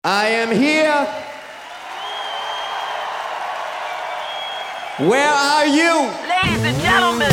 I am here. Where are you? Ladies and gentlemen.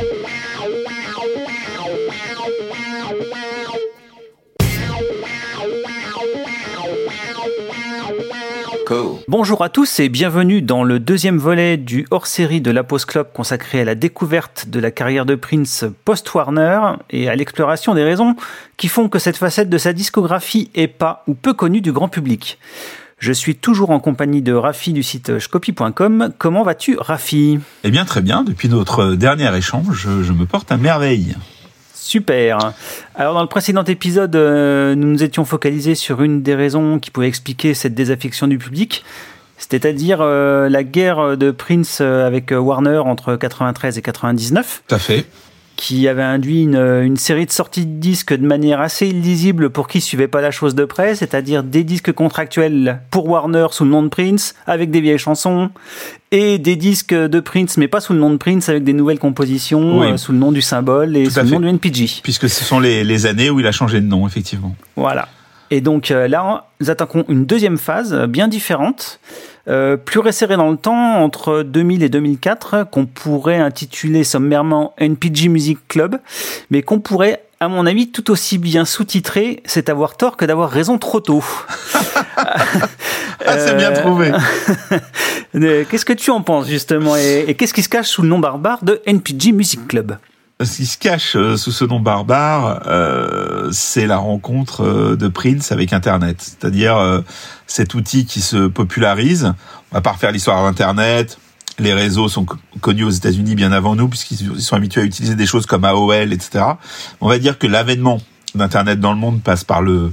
Cool. Bonjour à tous et bienvenue dans le deuxième volet du hors-série de la Pause Club consacré à la découverte de la carrière de Prince post-Warner et à l'exploration des raisons qui font que cette facette de sa discographie est pas ou peu connue du grand public. Je suis toujours en compagnie de Rafi du site shkopi.com. Comment vas-tu, Rafi ? Eh bien, très bien. Depuis notre dernier échange, je me porte à merveille. Super. Alors, dans le précédent épisode, nous nous étions focalisés sur une des raisons qui pouvait expliquer cette désaffection du public, c'est-à-dire la guerre de Prince avec Warner entre 93 et 99. Tout à fait. Qui avait induit une série de sorties de disques de manière assez illisible pour qui ne suivait pas la chose de près, c'est-à-dire des disques contractuels pour Warner sous le nom de Prince, avec des vieilles chansons, et des disques de Prince, mais pas sous le nom de Prince, avec des nouvelles compositions, oui. Sous le nom du symbole et sous le nom du NPG. Puisque ce sont les années où il a changé de nom, effectivement. Voilà. Et donc là, nous attaquons une deuxième phase bien différente, plus resserrée dans le temps, entre 2000 et 2004, qu'on pourrait intituler sommairement NPG Music Club, mais qu'on pourrait, à mon avis, tout aussi bien sous-titrer « C'est avoir tort que d'avoir raison trop tôt ». C'est bien trouvé. Qu'est-ce que tu en penses, justement, et qu'est-ce qui se cache sous le nom barbare de NPG Music Club ? Ce qui se cache sous ce nom barbare, c'est la rencontre de Prince avec Internet. C'est-à-dire cet outil qui se popularise. On va pas refaire l'histoire d'Internet. Les réseaux sont connus aux États-Unis bien avant nous, puisqu'ils sont habitués à utiliser des choses comme AOL, etc. On va dire que l'avènement d'Internet dans le monde passe par le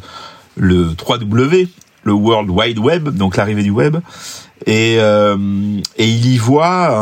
3W, le World Wide Web, donc l'arrivée du web. Et il y voit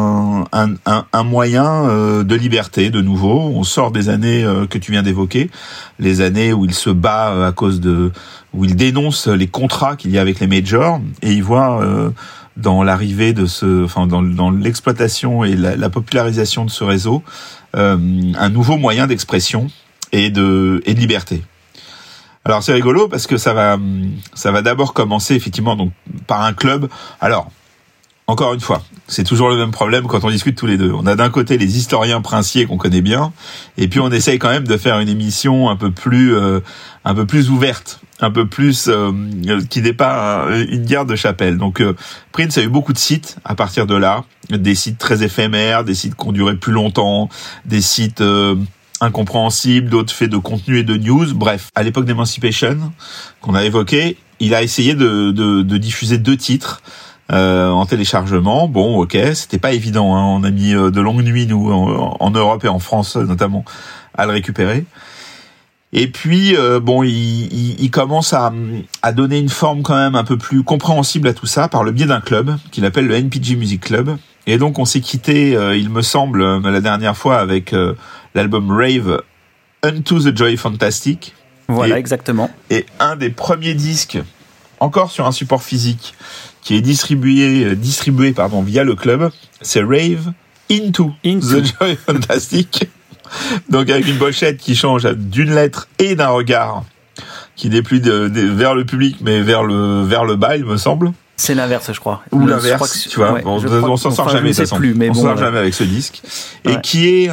un moyen de liberté de nouveau. On sort des années que tu viens d'évoquer, les années où il se bat où il dénonce les contrats qu'il y a avec les majors, et il voit dans l'arrivée de dans l'exploitation et la popularisation de ce réseau un nouveau moyen d'expression et de liberté. Alors c'est rigolo parce que ça va d'abord commencer effectivement donc par un club. Alors encore une fois, c'est toujours le même problème quand on discute tous les deux. On a d'un côté les historiens princiers qu'on connaît bien, et puis on essaye quand même de faire une émission un peu plus ouverte, un peu plus qui n'est pas une guerre de chapelle. Donc Prince a eu beaucoup de sites à partir de là, des sites très éphémères, des sites qui ont duré plus longtemps, des sites incompréhensible, d'autres faits de contenu et de news. Bref, à l'époque d'Emancipation, qu'on a évoqué, il a essayé de diffuser 2 titres en téléchargement. Bon, ok, c'était pas évident, hein. On a mis de longues nuits, nous, en Europe et en France notamment, à le récupérer. Et puis, il commence à donner une forme quand même un peu plus compréhensible à tout ça par le biais d'un club qu'il appelle le NPG Music Club. Et donc, on s'est quitté, il me semble, la dernière fois avec l'album Rave, Unto the Joy Fantastic. Voilà, exactement. Et un des premiers disques, encore sur un support physique, qui est distribué via le club, c'est Rave Into the Joy Fantastic. Donc avec une pochette qui change d'une lettre et d'un regard, qui n'est plus vers le public, mais vers le bas, il me semble. C'est l'inverse, je crois. Ou l'inverse, tu vois. Ouais, on s'en sort jamais, de toute façon. On s'en sort jamais avec ce disque. Et qui est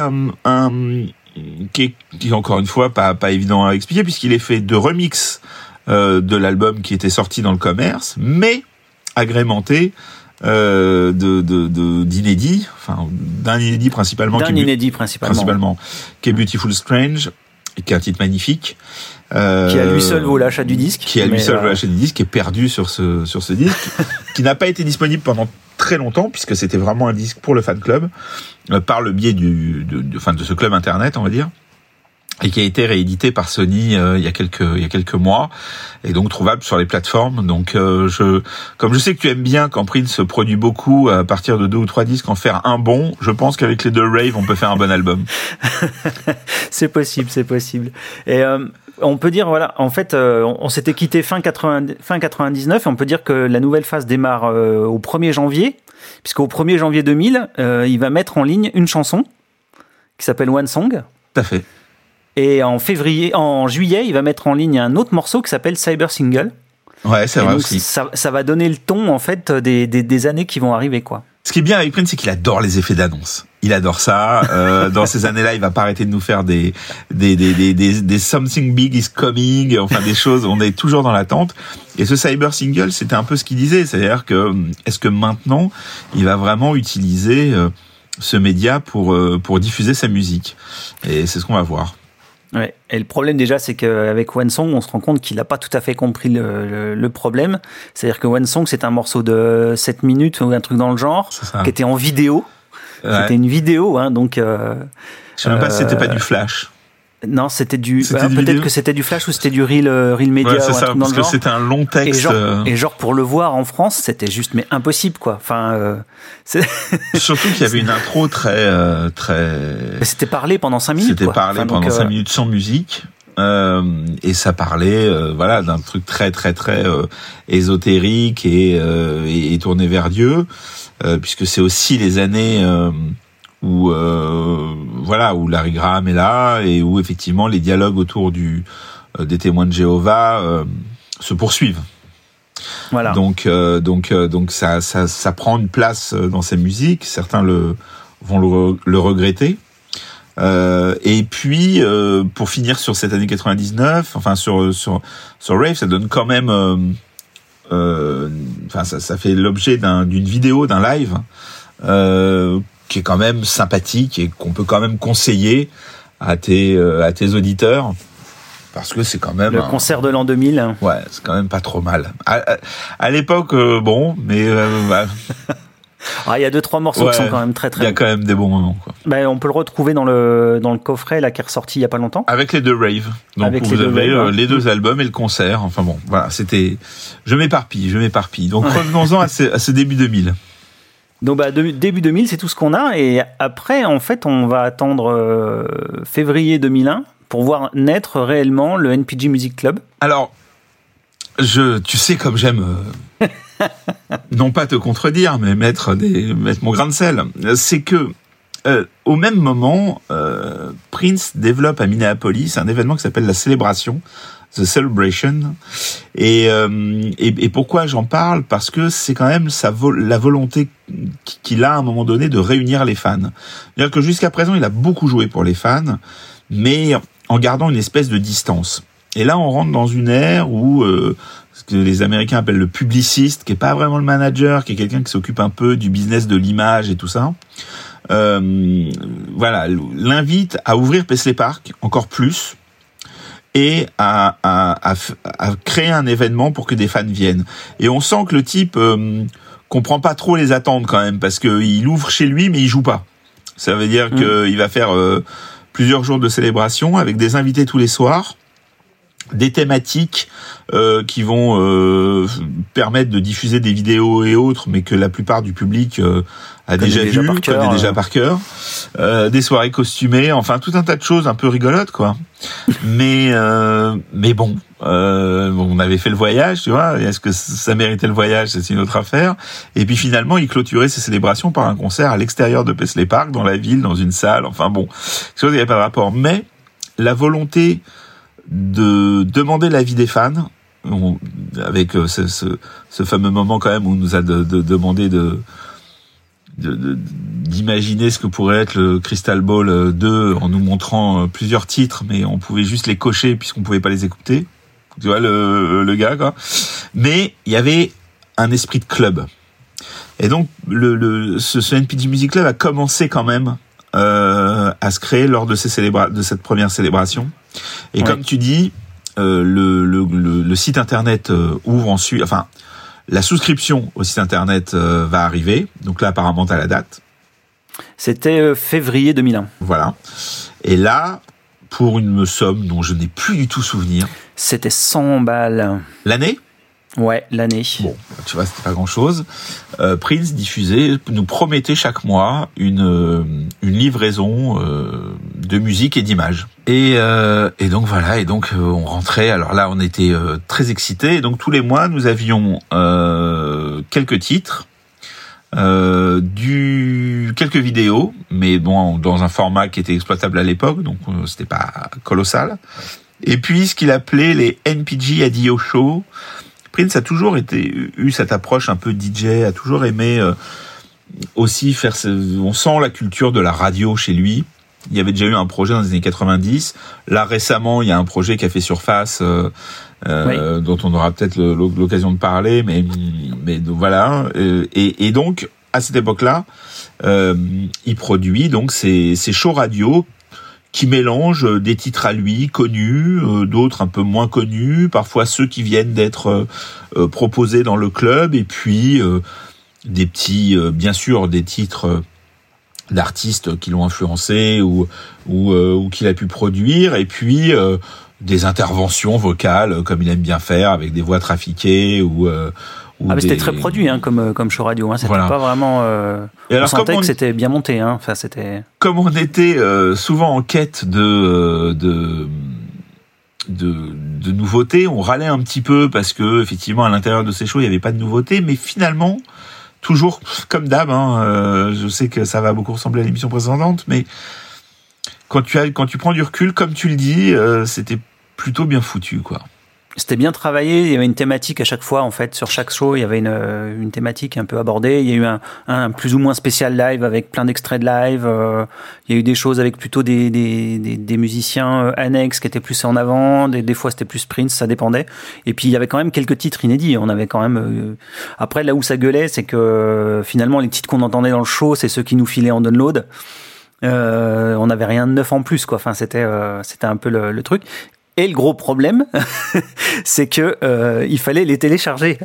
qui est encore une fois pas évident à expliquer, puisqu'il est fait de remix de l'album qui était sorti dans le commerce, mais agrémenté d'inédits, enfin d'un inédit principalement. Qui est Beautiful Strange, qui est un titre magnifique. Qui à lui seul vaut l'achat du disque. Qui est perdu sur ce disque, qui n'a pas été disponible pendant très longtemps, puisque c'était vraiment un disque pour le fan club, par le biais de ce club internet, on va dire, et qui a été réédité par Sony il y a quelques mois, et donc trouvable sur les plateformes. Donc comme je sais que tu aimes bien quand Prince produit beaucoup à partir de 2 ou 3 disques, en faire un bon, je pense qu'avec les 2 Rave on peut faire un bon album. C'est possible. Et on peut dire, voilà, en fait, on s'était quitté fin 99, et on peut dire que la nouvelle phase démarre au 1er janvier, puisqu'au 1er janvier 2000, il va mettre en ligne une chanson qui s'appelle One Song. Tout à fait. Et en juillet, il va mettre en ligne un autre morceau qui s'appelle Cyber Single. Ouais, c'est et vrai donc, aussi. Ça va donner le ton en fait des années qui vont arriver, quoi. Ce qui est bien avec Prince, c'est qu'il adore les effets d'annonce. Il adore ça. Dans ces années-là, il va pas arrêter de nous faire des something big is coming, enfin des choses. On est toujours dans l'attente. Et ce cyber single, c'était un peu ce qu'il disait. C'est-à-dire que est-ce que maintenant, il va vraiment utiliser ce média pour diffuser sa musique? Et c'est ce qu'on va voir. Ouais. Et le problème déjà, c'est qu'avec One Song, on se rend compte qu'il n'a pas tout à fait compris le problème. C'est-à-dire que One Song, c'est un morceau de 7 minutes ou un truc dans le genre, qui était en vidéo. Ouais. C'était une vidéo, hein, donc... je sais même pas si c'était pas du flash. Non, c'était peut-être que c'était du flash ou c'était du Reel Media. Ouais, c'est ou un ça, truc dans parce le que genre. c'était un long texte. Et genre pour le voir en France, c'était juste mais impossible, quoi. Enfin, surtout qu'il y avait une intro très. Mais c'était parlé pendant 5 minutes. C'était parlé pendant 5 minutes sans musique. Et ça parlait, voilà, d'un truc très ésotérique et tourné vers Dieu, puisque c'est aussi les années où Larry Graham est là et où effectivement les dialogues autour des témoins de Jéhovah se poursuivent. Voilà. Donc ça prend une place dans ces musiques. Certains vont le regretter. Et puis pour finir sur cette année 99, enfin sur Rave, ça donne quand même, ça fait l'objet d'une vidéo, d'un live qui est quand même sympathique et qu'on peut quand même conseiller à tes auditeurs. Parce que c'est quand même... Le concert de l'an 2000. Ouais, c'est quand même pas trop mal. À l'époque, bon, mais... il y a 2-3 morceaux qui sont quand même très Il y a quand même des bons moments, quoi. On peut le retrouver dans le coffret là qui est ressorti il y a pas longtemps. Avec les 2 Rave. Donc avec vous avez les 2 albums et le concert. Enfin bon, voilà, c'était... Je m'éparpille. Donc revenons-en à ce début 2000. Donc début 2000, c'est tout ce qu'on a. Et après, en fait, on va attendre février 2001 pour voir naître réellement le NPG Music Club. Alors, tu sais comme j'aime... non pas te contredire, mais mettre mon grain de sel. C'est que au même moment, Prince développe à Minneapolis un événement qui s'appelle la Célébration, The Celebration. Et pourquoi j'en parle? Parce que c'est quand même la volonté qu'il a à un moment donné de réunir les fans. C'est-à-dire que jusqu'à présent, il a beaucoup joué pour les fans, mais en gardant une espèce de distance. Et là, on rentre dans une ère où ce que les Américains appellent le publiciste, qui est pas vraiment le manager, qui est quelqu'un qui s'occupe un peu du business de l'image et tout ça, l'invite à ouvrir Paisley Park encore plus et à créer un événement pour que des fans viennent. Et on sent que le type comprend pas trop les attentes quand même, parce que il ouvre chez lui mais il joue pas. Ça veut dire qu'il va faire plusieurs jours de célébration avec des invités tous les soirs, des thématiques qui vont permettre de diffuser des vidéos et autres, mais que la plupart du public a déjà vu, connaît déjà par cœur, des soirées costumées, enfin tout un tas de choses un peu rigolotes, quoi. mais bon, on avait fait le voyage, tu vois, et est-ce que ça méritait le voyage, c'est une autre affaire. Et puis finalement, il clôturait ses célébrations par un concert à l'extérieur de Paisley Park, dans la ville, dans une salle, enfin bon, quelque chose qui n'avait pas de rapport. Mais la volonté de demander l'avis des fans, avec ce fameux moment quand même où on nous a demandé d'imaginer ce que pourrait être le Crystal Ball 2 en nous montrant plusieurs titres, mais on pouvait juste les cocher puisqu'on pouvait pas les écouter. Tu vois le gars, quoi. Mais il y avait un esprit de club. Et donc ce NPG Music Club a commencé quand même à se créer lors de cette première célébration. Et comme tu dis, le site internet ouvre ensuite, enfin, la souscription au site internet va arriver. Donc là, apparemment, t'as la date. C'était février 2001. Voilà. Et là, pour une somme dont je n'ai plus du tout souvenir. C'était 100 balles. L'année ? Ouais, l'année. Bon, tu vois, c'était pas grand-chose. Prince nous promettait chaque mois une livraison de musique et d'images. Et donc voilà, on rentrait. Alors là, on était très excités. Et donc tous les mois, nous avions quelques titres, quelques vidéos, mais bon, dans un format qui était exploitable à l'époque, donc c'était pas colossal. Et puis ce qu'il appelait les NPG Adio Show, Prince a toujours eu cette approche un peu DJ, a toujours aimé aussi faire. On sent la culture de la radio chez lui. Il y avait déjà eu un projet dans les années 90. Là récemment, il y a un projet qui a fait surface, dont on aura peut-être l'occasion de parler, mais donc, voilà. Et donc à cette époque-là, il produit donc ces shows radio qui mélangent des titres à lui connus, d'autres un peu moins connus, parfois ceux qui viennent d'être proposés dans le club, et puis des petits, bien sûr, des titres d'artistes qui l'ont influencé ou qu'il a pu produire, et puis des interventions vocales comme il aime bien faire avec des voix trafiquées ou mais c'était très produit comme show radio, c'était voilà. Pas vraiment et alors, on sentait que c'était bien monté, enfin c'était comme on était souvent en quête de nouveautés, on râlait un petit peu parce que effectivement à l'intérieur de ces shows il y avait pas de nouveautés, mais finalement toujours comme d'hab, je sais que ça va beaucoup ressembler à l'émission précédente, mais quand tu prends du recul, comme tu le dis, c'était plutôt bien foutu, quoi. C'était bien travaillé, il y avait une thématique à chaque fois, en fait, sur chaque show, il y avait une thématique un peu abordée. Il y a eu un plus ou moins spécial live avec plein d'extraits de live. Il y a eu des choses avec plutôt des musiciens annexes qui étaient plus en avant. Des fois, c'était plus Prince, ça dépendait. Et puis, il y avait quand même quelques titres inédits. On avait quand même... Après, là où ça gueulait, c'est que finalement, les titres qu'on entendait dans le show, c'est ceux qui nous filaient en download. On n'avait rien de neuf en plus, quoi. Enfin, c'était un peu le truc. Et le gros problème, c'est que il fallait les télécharger.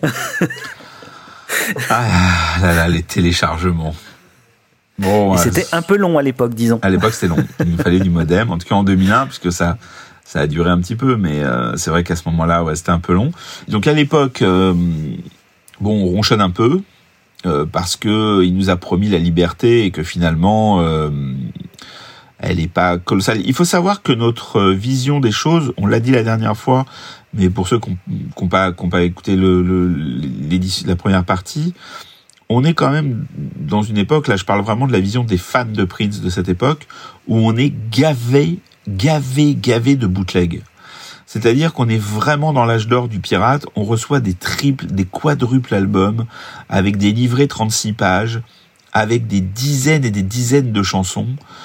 Ah là là, les téléchargements. Bon, et c'était un peu long à l'époque, disons. À l'époque, c'était long. Il nous fallait du modem, en tout cas en 2001, puisque ça a duré un petit peu, mais c'est vrai qu'à ce moment-là, c'était un peu long. Donc à l'époque, on ronchonne un peu parce que il nous a promis la liberté et que finalement. Elle est pas colossale. Il faut savoir que notre vision des choses, on l'a dit la dernière fois, mais pour ceux qui n'ont pas écouté la première partie, on est quand même dans une époque, là je parle vraiment de la vision des fans de Prince de cette époque, où on est gavé de bootleg. C'est-à-dire qu'on est vraiment dans l'âge d'or du pirate, on reçoit des triples, des quadruples albums, avec des livrets 36 pages, avec des dizaines et des dizaines de chansons,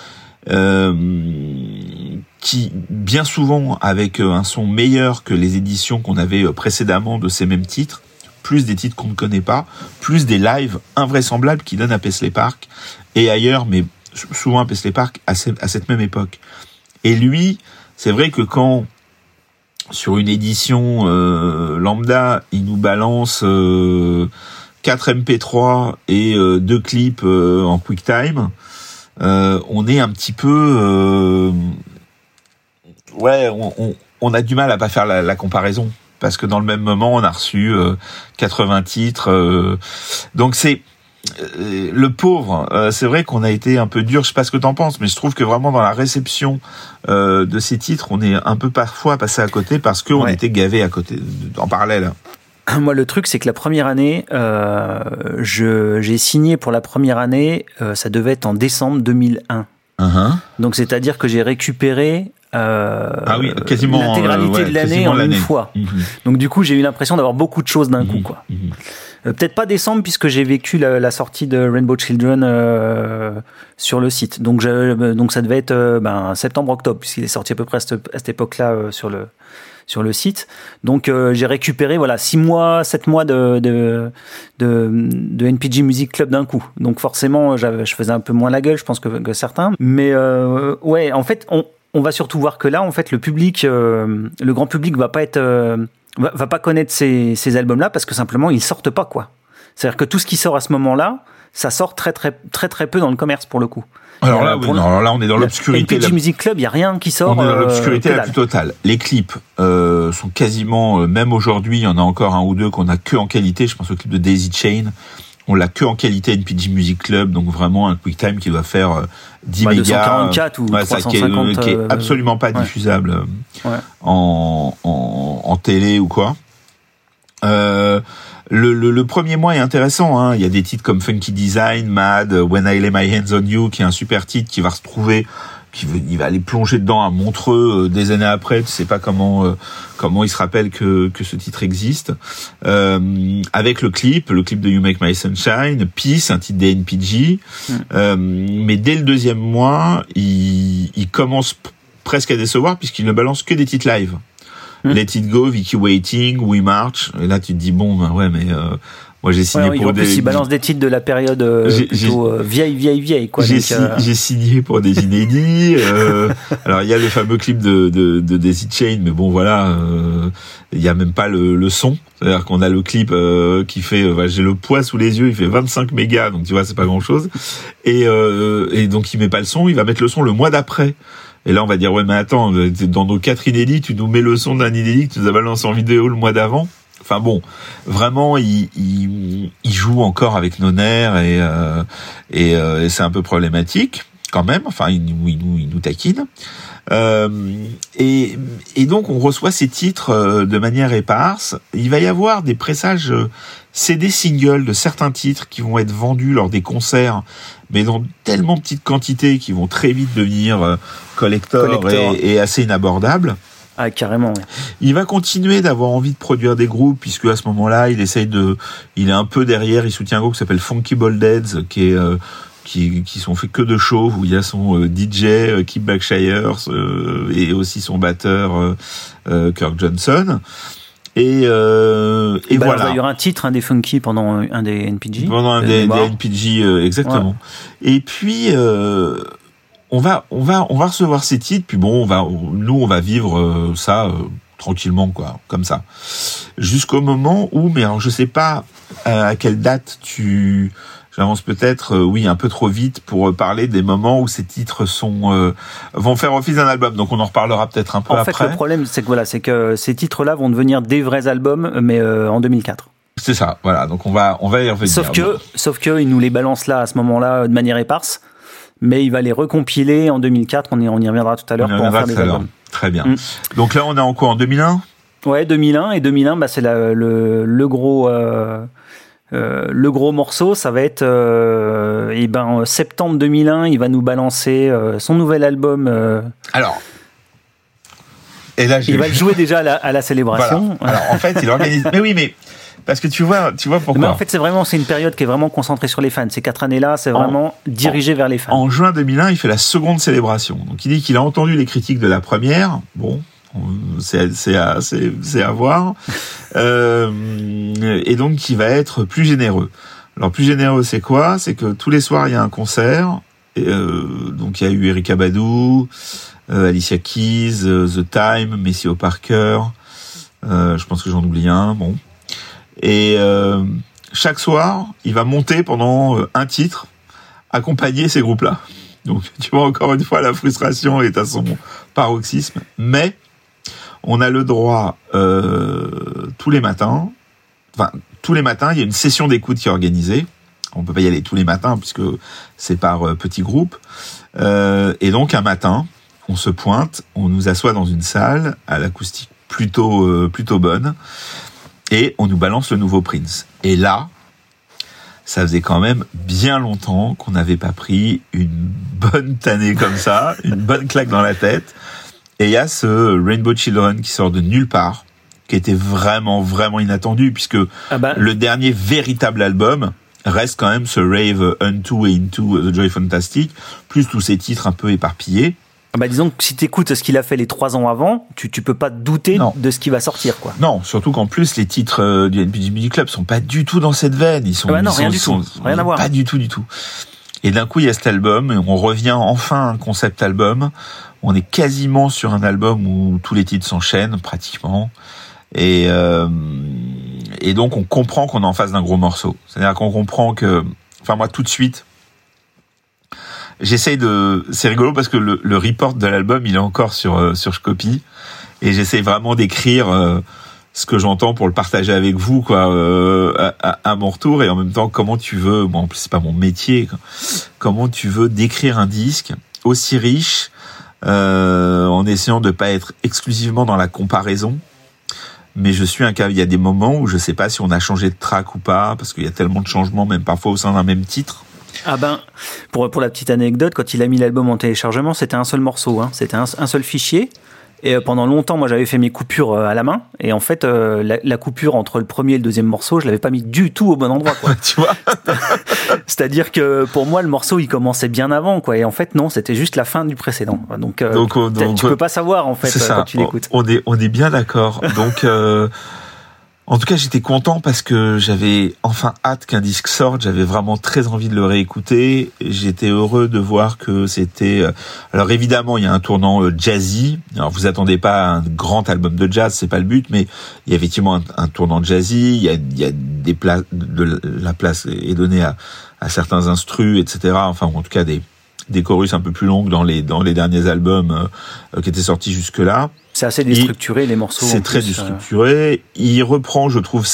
qui bien souvent avec un son meilleur que les éditions qu'on avait précédemment de ces mêmes titres, plus des titres qu'on ne connaît pas, plus des lives invraisemblables qui donnent à Paisley Park et ailleurs, mais souvent à Paisley Park à cette même époque. Et lui, c'est vrai que quand sur une édition lambda, il nous balance 4 MP3 et 2 clips en QuickTime, on est un petit peu on a du mal à pas faire la comparaison parce que dans le même moment on a reçu 80 titres donc c'est le pauvre, c'est vrai qu'on a été un peu dur, je sais pas ce que t'en penses, mais je trouve que vraiment dans la réception de ces titres, on est un peu parfois passé à côté parce qu'on était gavé à côté, en parallèle. Moi, le truc, c'est que la première année, j'ai signé pour la première année, ça devait être en décembre 2001. Donc, c'est-à-dire que j'ai récupéré quasiment l'intégralité de l'année en une fois. Donc, du coup, j'ai eu l'impression d'avoir beaucoup de choses d'un coup, quoi. Peut-être pas décembre, puisque j'ai vécu la sortie de Rainbow Children sur le site. Donc, ça devait être septembre-octobre, puisqu'il est sorti à peu près à cette époque-là sur le site. Donc j'ai récupéré 7 mois de NPG Music Club d'un coup. Donc forcément je faisais un peu moins la gueule, je pense que certains. Mais en fait on va surtout voir que là en fait le public, le grand public va pas connaître ces albums-là parce que simplement ils sortent pas, quoi. C'est-à-dire que tout ce qui sort à ce moment-là, ça sort très très très très peu dans le commerce pour le coup. Alors là, on est dans l'obscurité. NPG Music Club, il y a rien qui sort. On est dans l'obscurité la plus totale. Les clips sont quasiment, même aujourd'hui, il y en a encore un ou deux qu'on a que en qualité. Je pense au clip de Daisy Chain. On l'a que en qualité NPG Music Club, donc vraiment un QuickTime qui doit faire 10 mégas. 244 ou 350. Qui est absolument pas diffusable en télé ou quoi. Le premier mois est intéressant, hein. Il y a des titres comme Funky Design, Mad, When I Lay My Hands on You, qui est un super titre qui va retrouver il va aller plonger dedans à Montreux des années après. Tu sais pas comment il se rappelle que ce titre existe. Avec le clip de You Make My Sunshine, Peace, un titre des NPG. Mais dès le deuxième mois, il commence presque à décevoir puisqu'il ne balance que des titres live. Let It Go, Vicky Waiting, We March. Et là, tu te dis bon, ben ouais, mais moi j'ai signé pour en plus, il balance des titres de la période plutôt vieille, quoi. J'ai signé pour des inédits. Alors il y a le fameux clip de Daisy Chain, mais bon voilà, il y a même pas le son. C'est-à-dire qu'on a le clip qui fait, j'ai le poids sous les yeux, il fait 25 mégas, donc tu vois c'est pas grand-chose. Et donc il met pas le son, il va mettre le son le mois d'après. Et là, on va dire, ouais, mais attends, dans nos 4 inédits, tu nous mets le son d'un inédit que tu nous as balancé en vidéo le mois d'avant. Enfin bon, vraiment, il joue encore avec nos nerfs et c'est un peu problématique quand même. Enfin, il nous taquine. Et donc, on reçoit ces titres de manière éparse. Il va y avoir des pressages CD singles de certains titres qui vont être vendus lors des concerts, mais dans tellement petites quantités qu'ils vont très vite devenir collector. Et assez inabordables. Ah, carrément, ouais. Il va continuer d'avoir envie de produire des groupes, puisque à ce moment-là, il est un peu derrière, il soutient un groupe qui s'appelle Funky Boldheads, qui sont fait que de shows, où il y a son DJ, Keith Blackshire, et aussi son batteur, Kirk Johnson. Et voilà. Il y aura un titre, des Funky pendant un des NPG. Pendant un des NPG, exactement. Ouais. Et puis, on va recevoir ces titres, puis bon, on va vivre ça tranquillement, quoi, comme ça, jusqu'au moment où, mais alors je sais pas à quelle date j'avance peut-être, un peu trop vite pour parler des moments où ces titres vont faire office d'un album. Donc on en reparlera peut-être un peu après. En fait, le problème, c'est que ces titres-là vont devenir des vrais albums, mais en 2004. C'est ça, voilà. Donc on va y revenir. Sauf que il nous les balance là à ce moment-là de manière éparse. Mais il va les recompiler en 2004, on y reviendra tout à l'heure pour en faire des albums. Très bien. Donc là, on est en quoi, en 2001 ? Ouais, 2001. Et 2001, c'est le gros morceau. Ça va être septembre 2001, il va nous balancer son nouvel album. Alors, et là, il va le jouer déjà à la célébration. Voilà. Alors, en fait, il organise... Mais oui, mais... Parce que tu vois pourquoi. Mais en fait, c'est une période qui est vraiment concentrée sur les fans. Ces 4 années-là, c'est vraiment dirigé vers les fans. En juin 2001, il fait la seconde célébration. Donc, il dit qu'il a entendu les critiques de la première. Bon, c'est à voir. Et donc, il va être plus généreux. Alors, plus généreux, c'est quoi ? C'est que tous les soirs, il y a un concert. Donc, il y a eu Erykah Badu, Alicia Keys, The Time, Maceo Parker. Je pense que j'en oublie un. Bon. Et chaque soir, il va monter pendant un titre, accompagner ces groupes-là. Donc, tu vois, encore une fois, la frustration est à son paroxysme. Mais on a le droit tous les matins, il y a une session d'écoute qui est organisée. On peut pas y aller tous les matins puisque c'est par petits groupes. Et donc, un matin, on se pointe, on nous assoit dans une salle à l'acoustique plutôt bonne. Et on nous balance le nouveau Prince. Et là, ça faisait quand même bien longtemps qu'on n'avait pas pris une bonne tannée comme ça, une bonne claque dans la tête. Et il y a ce Rainbow Children qui sort de nulle part, qui était vraiment, vraiment inattendu, puisque le dernier véritable album reste quand même ce Rave Unto et Into the Joy Fantastic, plus tous ces titres un peu éparpillés. Disons que si t'écoutes ce qu'il a fait les 3 ans avant, tu peux pas douter de ce qui va sortir, quoi. Non, surtout qu'en plus, les titres du NPG Music Club sont pas du tout dans cette veine. Rien à voir. Pas du tout. Et d'un coup, il y a cet album, et on revient enfin à un concept album. On est quasiment sur un album où tous les titres s'enchaînent, pratiquement. Et donc, on comprend qu'on est en face d'un gros morceau. C'est-à-dire qu'on comprend que, moi, tout de suite, c'est rigolo parce que le report de l'album, il est encore sur Shkopi, et j'essaie vraiment d'écrire ce que j'entends pour le partager avec vous, quoi, à mon retour, et en même temps, comment tu veux, en plus c'est pas mon métier, quoi, comment tu veux décrire un disque aussi riche, en essayant de pas être exclusivement dans la comparaison. Mais il y a des moments où je sais pas si on a changé de track ou pas, parce qu'il y a tellement de changements, même parfois au sein d'un même titre. Ah ben, pour la petite anecdote, quand il a mis l'album en téléchargement, c'était un seul morceau, hein. C'était un seul fichier. Et pendant longtemps, moi, j'avais fait mes coupures à la main. Et en fait, la coupure entre le premier et le deuxième morceau, je l'avais pas mis du tout au bon endroit, quoi. Tu vois. C'est-à-dire que pour moi, le morceau, il commençait bien avant, quoi. Et en fait, non, c'était juste la fin du précédent. Donc tu peux pas savoir, en fait, quand tu l'écoutes. On est bien d'accord. Donc, en tout cas, j'étais content parce que j'avais enfin hâte qu'un disque sorte. J'avais vraiment très envie de le réécouter. J'étais heureux de voir que c'était... Alors évidemment, il y a un tournant jazzy. Alors vous attendez pas à un grand album de jazz, c'est pas le but, mais il y a effectivement un tournant jazzy. Il y a des places, la place est donnée à certains instrus, etc. Enfin, en tout cas des chorus un peu plus longues dans les derniers albums qui étaient sortis jusque-là. C'est assez déstructuré, les morceaux. C'est très déstructuré. Il reprend, je trouve,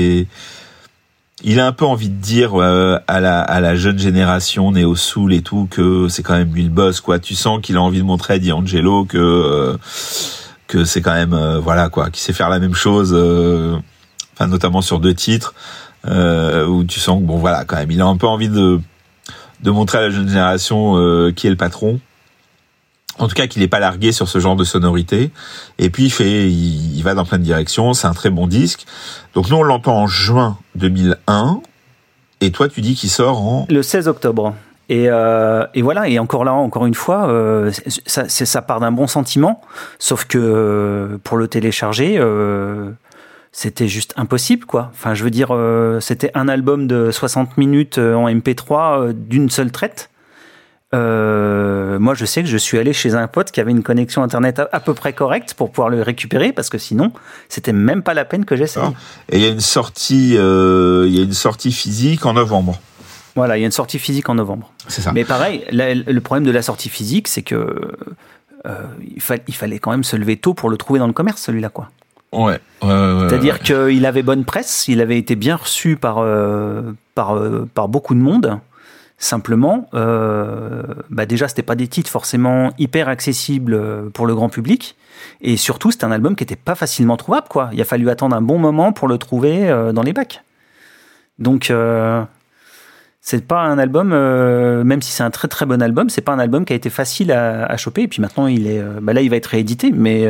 il a un peu envie de dire à la jeune génération néo soul et tout que c'est quand même lui le boss, quoi. Tu sens qu'il a envie de montrer à D'Angelo que c'est quand même voilà, quoi, qu'il sait faire la même chose. Enfin, notamment sur 2 titres où tu sens que bon, voilà, quand même, il a un peu envie de montrer à la jeune génération qui est le patron. En tout cas, qu'il n'est pas largué sur ce genre de sonorité. Et puis, il va dans plein de directions. C'est un très bon disque. Donc, nous, on l'entend en juin 2001. Et toi, tu dis qu'il sort le 16 octobre. Et voilà. Et encore une fois, ça part d'un bon sentiment. Sauf que pour le télécharger, c'était juste impossible, quoi. Enfin, je veux dire, c'était un album de 60 minutes en MP3 d'une seule traite. Moi, je sais que je suis allé chez un pote qui avait une connexion internet à peu près correcte pour pouvoir le récupérer, parce que sinon, c'était même pas la peine que j'essaye. Et il y a une sortie physique en novembre. Voilà, il y a une sortie physique en novembre. C'est ça. Mais pareil, le problème de la sortie physique, c'est que il fallait quand même se lever tôt pour le trouver dans le commerce, celui-là, quoi. Ouais. C'est-à-dire qu'il avait bonne presse, il avait été bien reçu par beaucoup de monde. Simplement, déjà, c'était pas des titres forcément hyper accessibles pour le grand public, et surtout, c'était un album qui était pas facilement trouvable, quoi. Il a fallu attendre un bon moment pour le trouver dans les bacs. Donc, c'est pas un album, même si c'est un très très bon album, c'est pas un album qui a été facile à choper. Et puis maintenant, il va être réédité, mais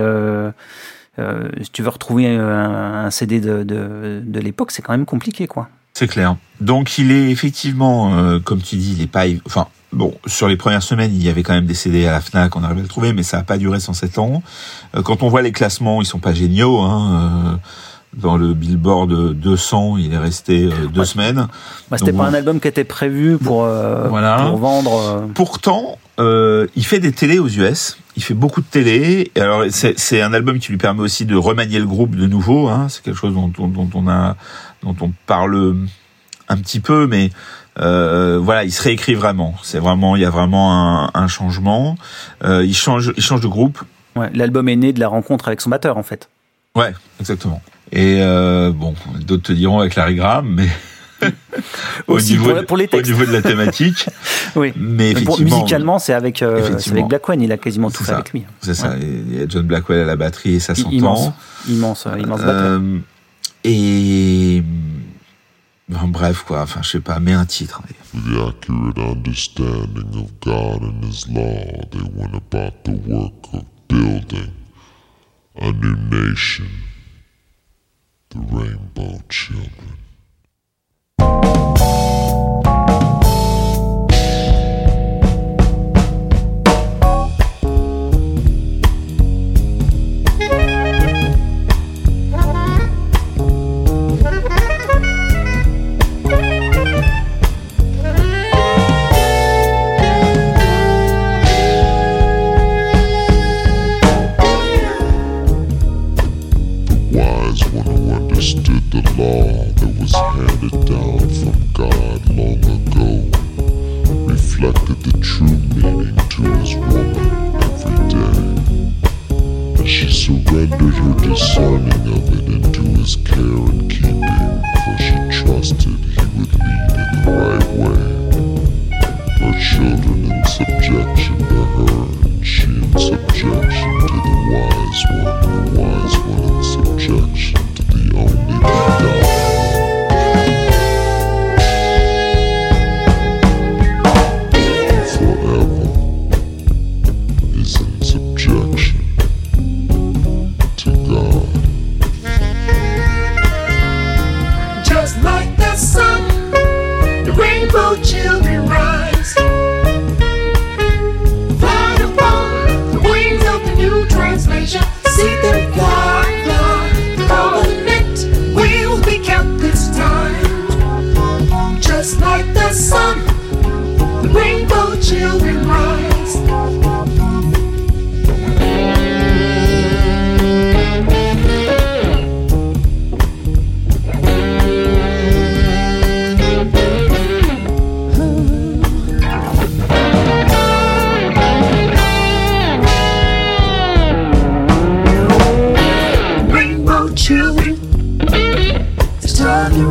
si tu veux retrouver un CD de l'époque, c'est quand même compliqué, quoi. C'est clair. Donc il est effectivement, comme tu dis, il est pas... Enfin, bon, sur les premières semaines, il y avait quand même des CD à la Fnac, on arrivait à le trouver, mais ça n'a pas duré 107 ans. Quand on voit les classements, ils sont pas géniaux. Dans le Billboard 200, il est resté 2 semaines. C'était pas un album qui était prévu pour vendre. Pourtant, il fait des télés aux US. Il fait beaucoup de télé. Et alors, c'est un album qui lui permet aussi de remanier le groupe de nouveau. C'est quelque chose dont on parle un petit peu, mais voilà, il se réécrit vraiment. Il y a vraiment un changement. Il change de groupe. Ouais, l'album est né de la rencontre avec son batteur, en fait. Ouais, exactement. Et d'autres te diront avec Larry Graham, mais au niveau de la thématique. Oui. Mais effectivement, musicalement, c'est avec Blackwell, il a quasiment tout fait avec lui. C'est ça. Il y a John Blackwell à la batterie et ça s'entend. Immense batteur. Et bref, quoi. Enfin, je sais pas, mets un titre. With the accurate understanding of God and His law, they went about the work of building a new nation, the Rainbow Children.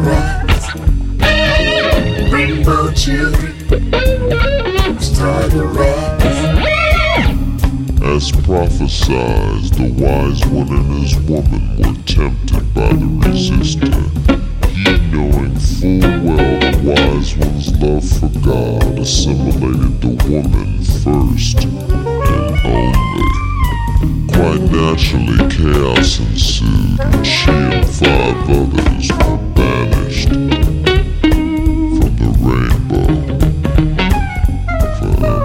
rise. Rainbow children, whose time to rise. As prophesied, the wise one and his woman were tempted by the resistor. He, knowing full well the wise one's love for God, assimilated the woman first and only. Quite naturally, chaos ensued, and she and 5 others were banished from the rainbow forever.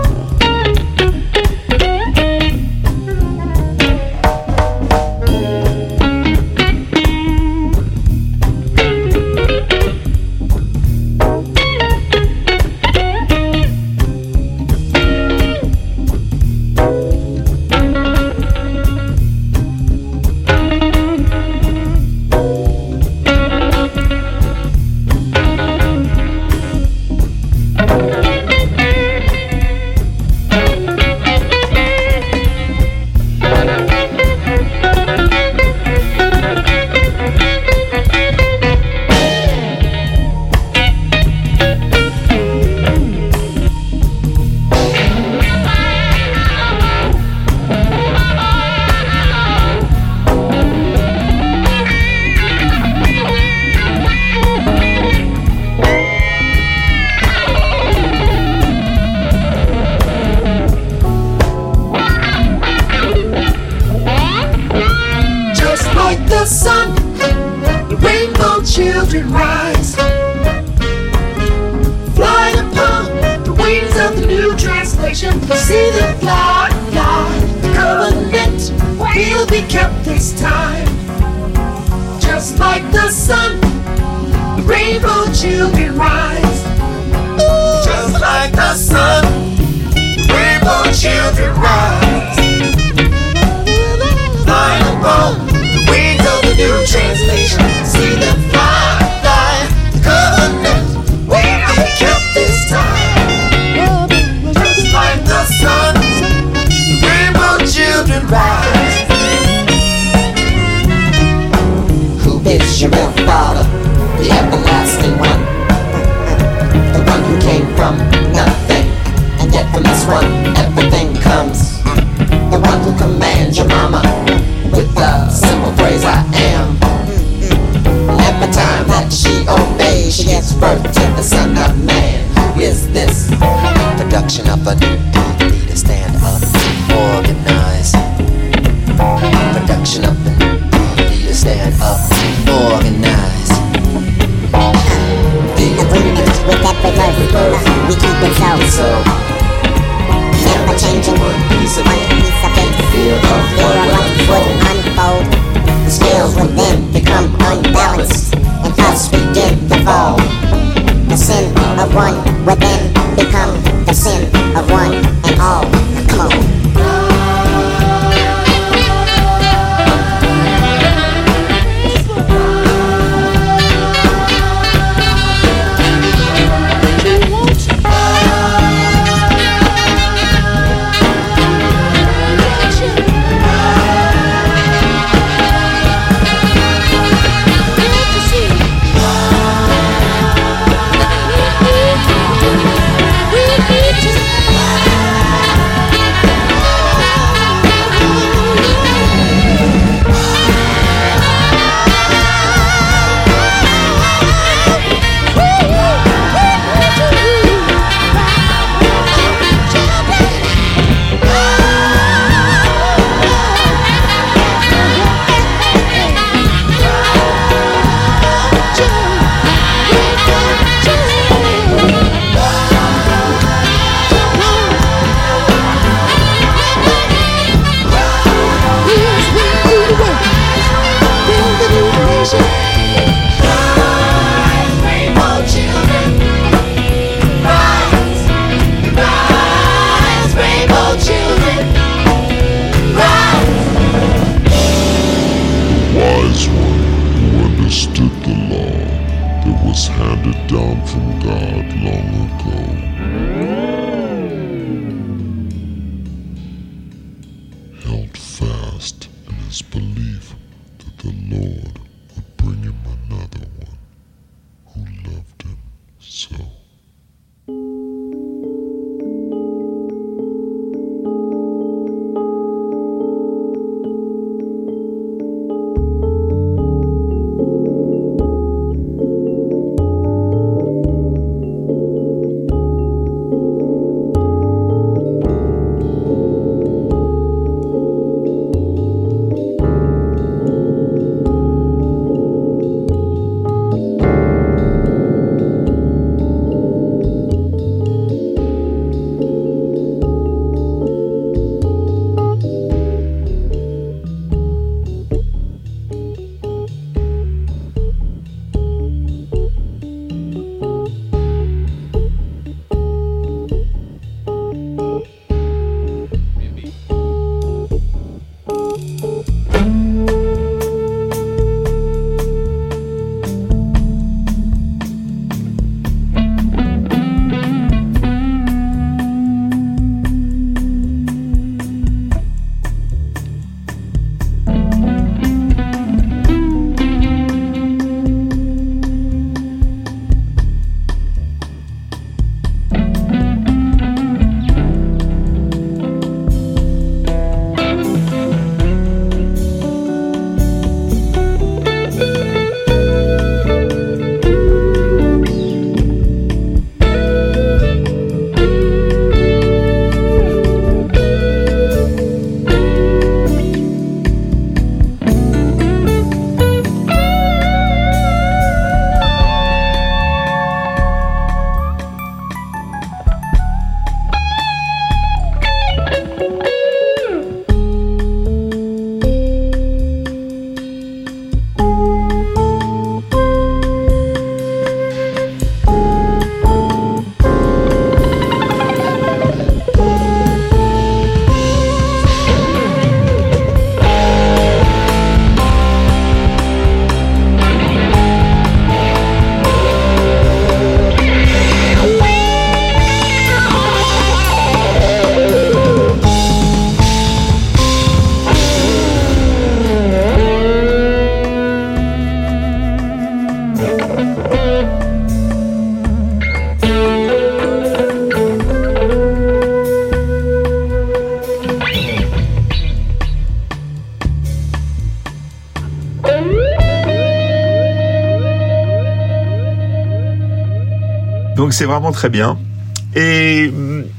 His belief that the Lord would bring him another one. so. Donc c'est vraiment très bien. Et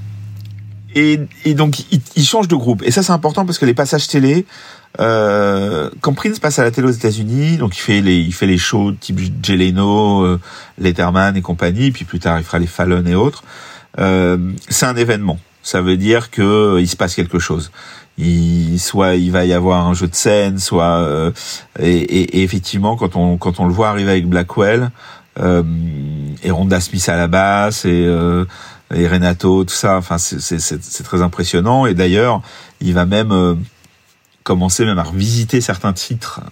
donc il change de groupe. Et ça c'est important parce que les passages télé, quand Prince passe à la télé aux États-Unis, donc il fait les shows type Jay Leno, Letterman et compagnie, puis plus tard il fera les Fallon et autres. C'est un événement. Ça veut dire que il se passe quelque chose. Soit il va y avoir un jeu de scène, soit et effectivement quand on le voit arriver avec Blackwell et Rhonda Smith à la basse et Renato, tout ça, enfin c'est très impressionnant. Et d'ailleurs il va même commencer même à revisiter certains titres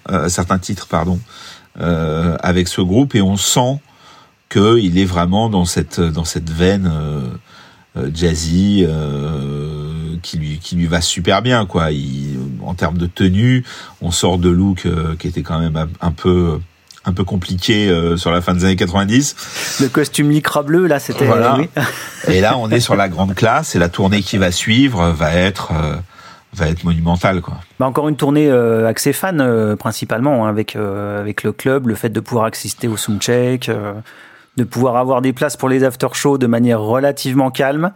avec ce groupe, et on sent que il est vraiment dans cette veine jazzy qui lui va super bien, quoi. En termes de tenue, on sort de look qui était quand même un peu compliqué sur la fin des années 90. Le costume lycra bleu, là, c'était... Voilà. Oui. Et là, on est sur la grande classe, et la tournée qui va suivre va être monumentale, quoi. Bah, encore une tournée axée fan, principalement, hein, avec le club, le fait de pouvoir assister au soundcheck, de pouvoir avoir des places pour les after-shows de manière relativement calme.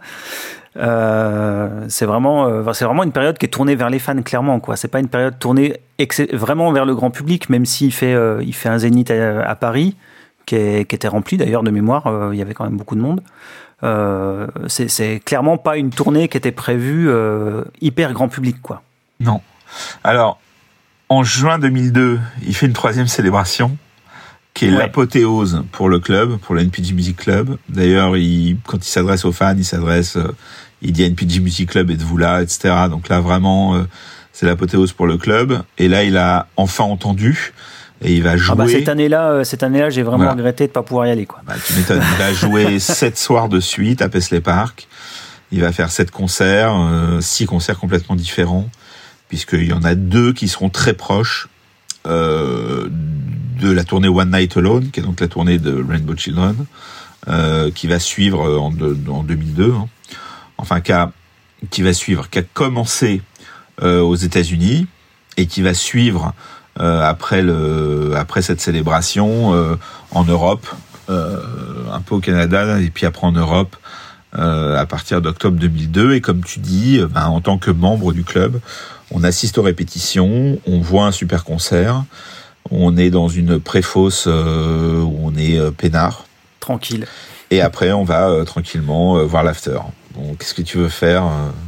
C'est vraiment une période qui est tournée vers les fans, clairement, quoi. C'est pas une période tournée vraiment vers le grand public, même s'il fait un zénith à Paris qui était rempli d'ailleurs de mémoire. Il y avait quand même beaucoup de monde. C'est clairement pas une tournée qui était prévue hyper grand public, quoi. Non. Alors en juin 2002, il fait une 3e célébration qui est l'apothéose pour le club, pour le NPG Music Club. D'ailleurs, quand il s'adresse aux fans, il dit NPG Music Club, êtes-vous là, etc. Donc là, vraiment, c'est l'apothéose pour le club. Et là, il a enfin entendu, et il va jouer. Cette année-là, j'ai vraiment regretté de pas pouvoir y aller, quoi. Tu m'étonnes. Il va jouer 7 soirs de suite à Paisley Park. Il va faire 7 concerts, 6 concerts complètement différents, puisqu'il y en a 2 qui seront très proches de la tournée One Night Alone, qui est donc la tournée de Rainbow Children, qui va suivre en 2002, hein. Enfin, qui a commencé aux États-Unis et qui va suivre après cette célébration en Europe, un peu au Canada et puis après en Europe à partir d'octobre 2002. Et comme tu dis, en tant que membre du club, on assiste aux répétitions, on voit un super concert, on est dans une pré-fosse où on est peinard. Tranquille. Et après, on va tranquillement voir l'after. Bon, qu'est-ce que tu veux faire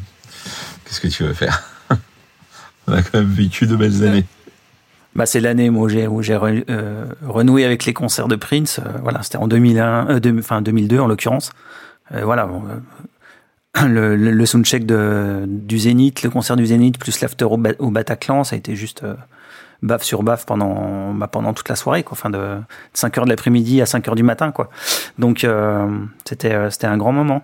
On a quand même vécu de belles années. Bah, c'est l'année où j'ai renoué avec les concerts de Prince. Voilà, c'était en 2002 en l'occurrence. Voilà, le soundcheck du Zénith, le concert du Zénith plus l'after au Bataclan, ça a été juste baffe sur baffe pendant toute la soirée, quoi. Enfin, de 5h de l'après-midi à 5h du matin, quoi. Donc c'était un grand moment.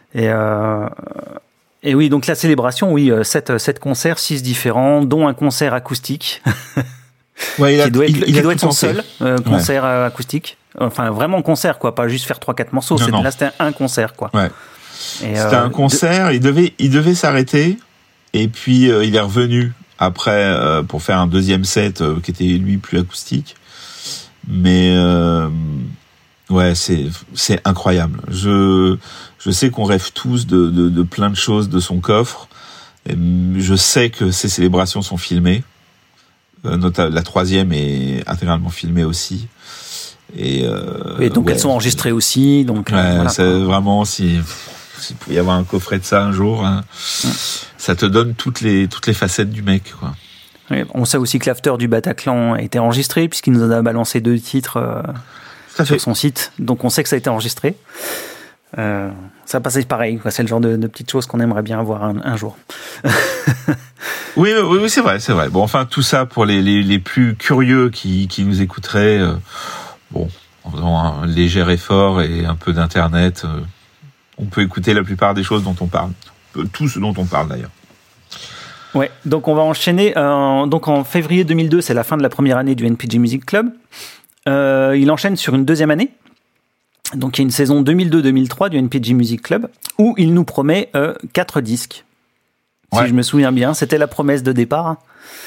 Et oui, donc la célébration, oui, 7 concerts, 6 différents, dont un concert acoustique. Ouais, qui doit être son seul concert acoustique. Enfin, vraiment concert, quoi, pas juste faire 3-4 morceaux. Non. Là, c'était un concert, quoi. Ouais. C'était un concert, il devait s'arrêter, et puis il est revenu après pour faire un deuxième set qui était lui plus acoustique. Mais ouais, c'est incroyable. Je sais qu'on rêve tous de plein de choses de son coffre. Et je sais que ces célébrations sont filmées. La troisième est intégralement filmée aussi. Et donc elles sont enregistrées aussi. Donc voilà, c'est vraiment s'il pouvait y avoir un coffret de ça un jour, hein, ça te donne toutes les facettes du mec, quoi. Ouais, on sait aussi que l'after du Bataclan a été enregistré puisqu'il nous en a balancé 2 titres sur son site. Donc on sait que ça a été enregistré. Ça passait pareil, quoi. C'est le genre de petites choses qu'on aimerait bien avoir un jour. Oui, c'est vrai. Bon, enfin, tout ça pour les plus curieux qui nous écouteraient, bon, en faisant un léger effort et un peu d'internet, on peut écouter la plupart des choses dont on parle. Tout ce dont on parle, d'ailleurs. Ouais, donc on va enchaîner. Donc en février 2002, c'est la fin de la première année du NPG Music Club. Il enchaîne sur une deuxième année. Donc il y a une saison 2002-2003 du NPG Music Club où il nous promet 4 disques. Si je me souviens bien, c'était la promesse de départ.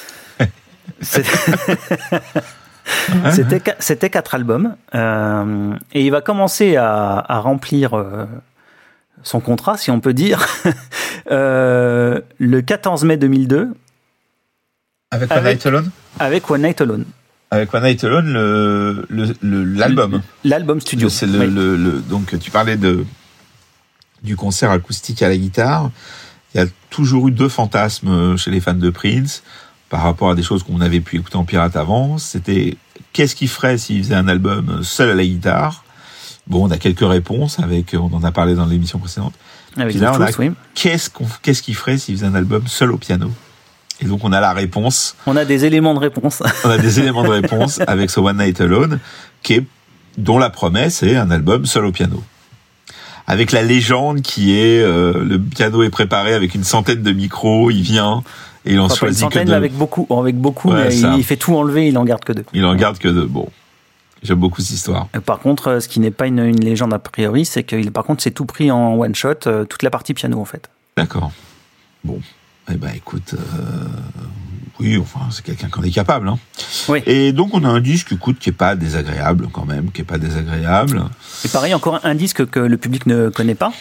C'était 4 albums. Et il va commencer à remplir son contrat, si on peut dire, le 14 mai 2002. Avec One Night Alone ? Avec One Night Alone. Avec One Night Alone, l'album. L'album studio. C'est donc tu parlais du concert acoustique à la guitare. Il y a toujours eu 2 fantasmes chez les fans de Prince par rapport à des choses qu'on avait pu écouter en pirate avant. C'était qu'est-ce qu'il ferait s'il faisait un album seul à la guitare. Bon, on a quelques réponses on en a parlé dans l'émission précédente. Avec puis là, oui. Qu'est-ce qu'il ferait s'il faisait un album seul au piano. Et donc on a la réponse. On a des éléments de réponse. On a des éléments de réponse avec ce One Night Alone, dont la promesse est un album seul au piano. Avec la légende qui est le piano est préparé avec une centaine de micros, il vient et il en choisit que 2. Mais avec beaucoup, ouais, mais il fait tout enlever, il en garde que 2. Il en garde que 2. Bon, j'aime beaucoup cette histoire. Par contre, ce qui n'est pas une légende a priori, c'est que par contre c'est tout pris en one shot, toute la partie piano en fait. D'accord. Bon. Eh ben, écoute, oui, enfin, c'est quelqu'un qui en est capable, hein. Oui. Et donc, on a un disque, qui est pas désagréable, quand même, Et pareil, encore un disque que le public ne connaît pas,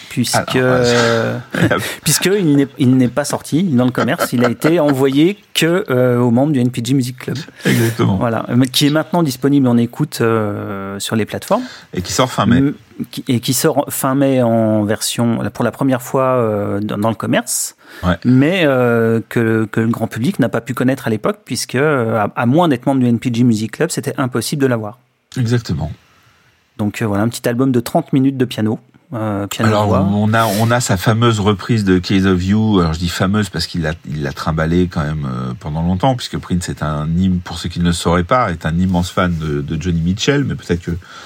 puisqu'il n'est pas sorti dans le commerce, il a été envoyé que aux membres du NPG Music Club. Exactement. Voilà, qui est maintenant disponible en écoute sur les plateformes. Et qui sort fin mai. Qui sort fin mai en version, pour la première fois dans le commerce. Ouais. Mais que le grand public n'a pas pu connaître à l'époque, puisque à moins d'être membre du NPG Music Club, c'était impossible de l'avoir. Exactement. Donc voilà, un petit album de 30 minutes de piano. Alors on a sa fameuse reprise de Case of You. Alors je dis fameuse parce qu'il l'a trimballé quand même pendant longtemps, puisque Prince est pour ceux qui ne le sauraient pas, est un immense fan de Johnny Mitchell, mais peut-être que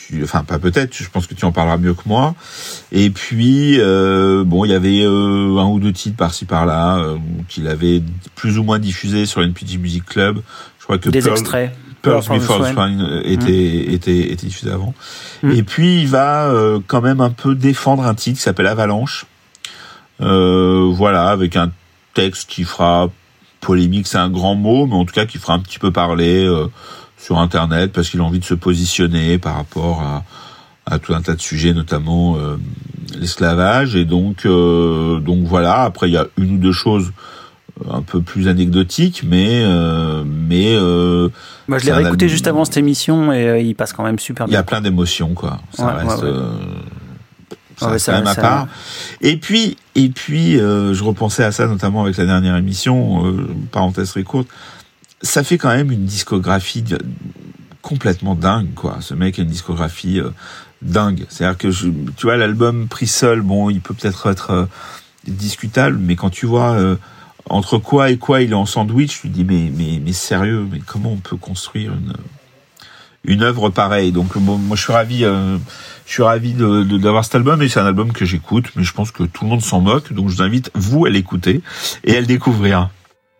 enfin pas peut-être, je pense que tu en parleras mieux que moi. Et puis bon, il y avait un ou deux titres par-ci par-là qu'il avait plus ou moins diffusés sur NPG Music Club. Je crois que des extraits. Pearls Before Swine était diffusé avant. Et puis il va quand même un peu défendre un titre qui s'appelle Avalanche. Voilà, avec un texte qui fera polémique, c'est un grand mot, mais en tout cas qui fera un petit peu parler sur Internet, parce qu'il a envie de se positionner par rapport à tout un tas de sujets, notamment l'esclavage. Et donc voilà. Après, il y a une ou deux choses un peu plus anecdotiques, mais moi je l'ai réécouté juste avant cette émission et il passe quand même super bien. Il y a plein d'émotions, quoi. Ça reste. Ça reste quand même à part. Et puis, je repensais à ça notamment avec la dernière émission, parenthèse très courte. Ça fait quand même une discographie complètement dingue, quoi. Ce mec a une discographie dingue. C'est-à-dire que tu vois, l'album pris seul, bon, il peut peut-être être discutable, mais quand tu vois entre quoi et quoi il est en sandwich, tu te dis mais sérieux, mais comment on peut construire une œuvre pareille. Donc bon, moi je suis ravi d'avoir cet album, et c'est un album que j'écoute, mais je pense que tout le monde s'en moque, donc je vous invite vous à l'écouter et à le découvrir.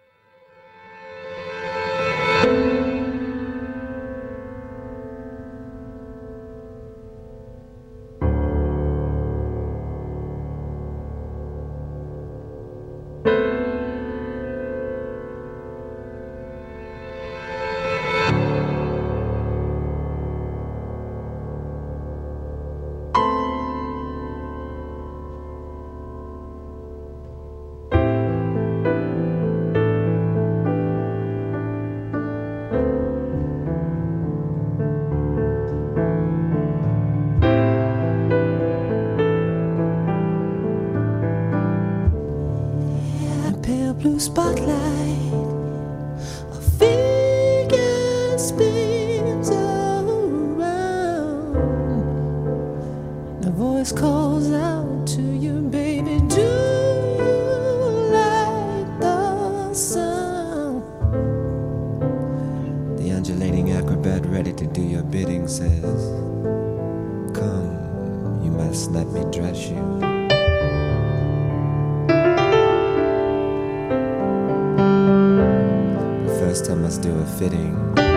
Blue spotlight, a figure spins around. The voice calls out to you, baby, do you like the sound? The undulating acrobat ready to do your bidding says, come, you must let me dress you. First I must do a fitting.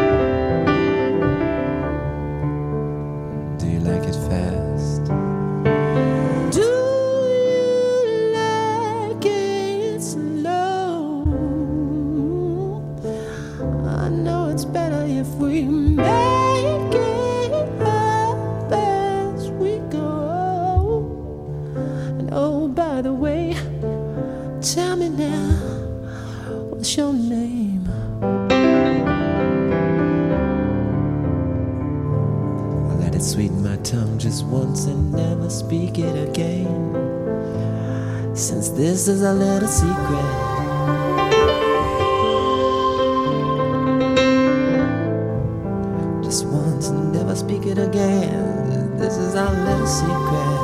Do you like it fast? Do you like it slow? I know it's better if we make it up as we go. And oh, by the way, tell me now, what's your name? Sweeten my tongue just once and never speak it again, since this is a little secret. Just once and never speak it again, this is our little secret.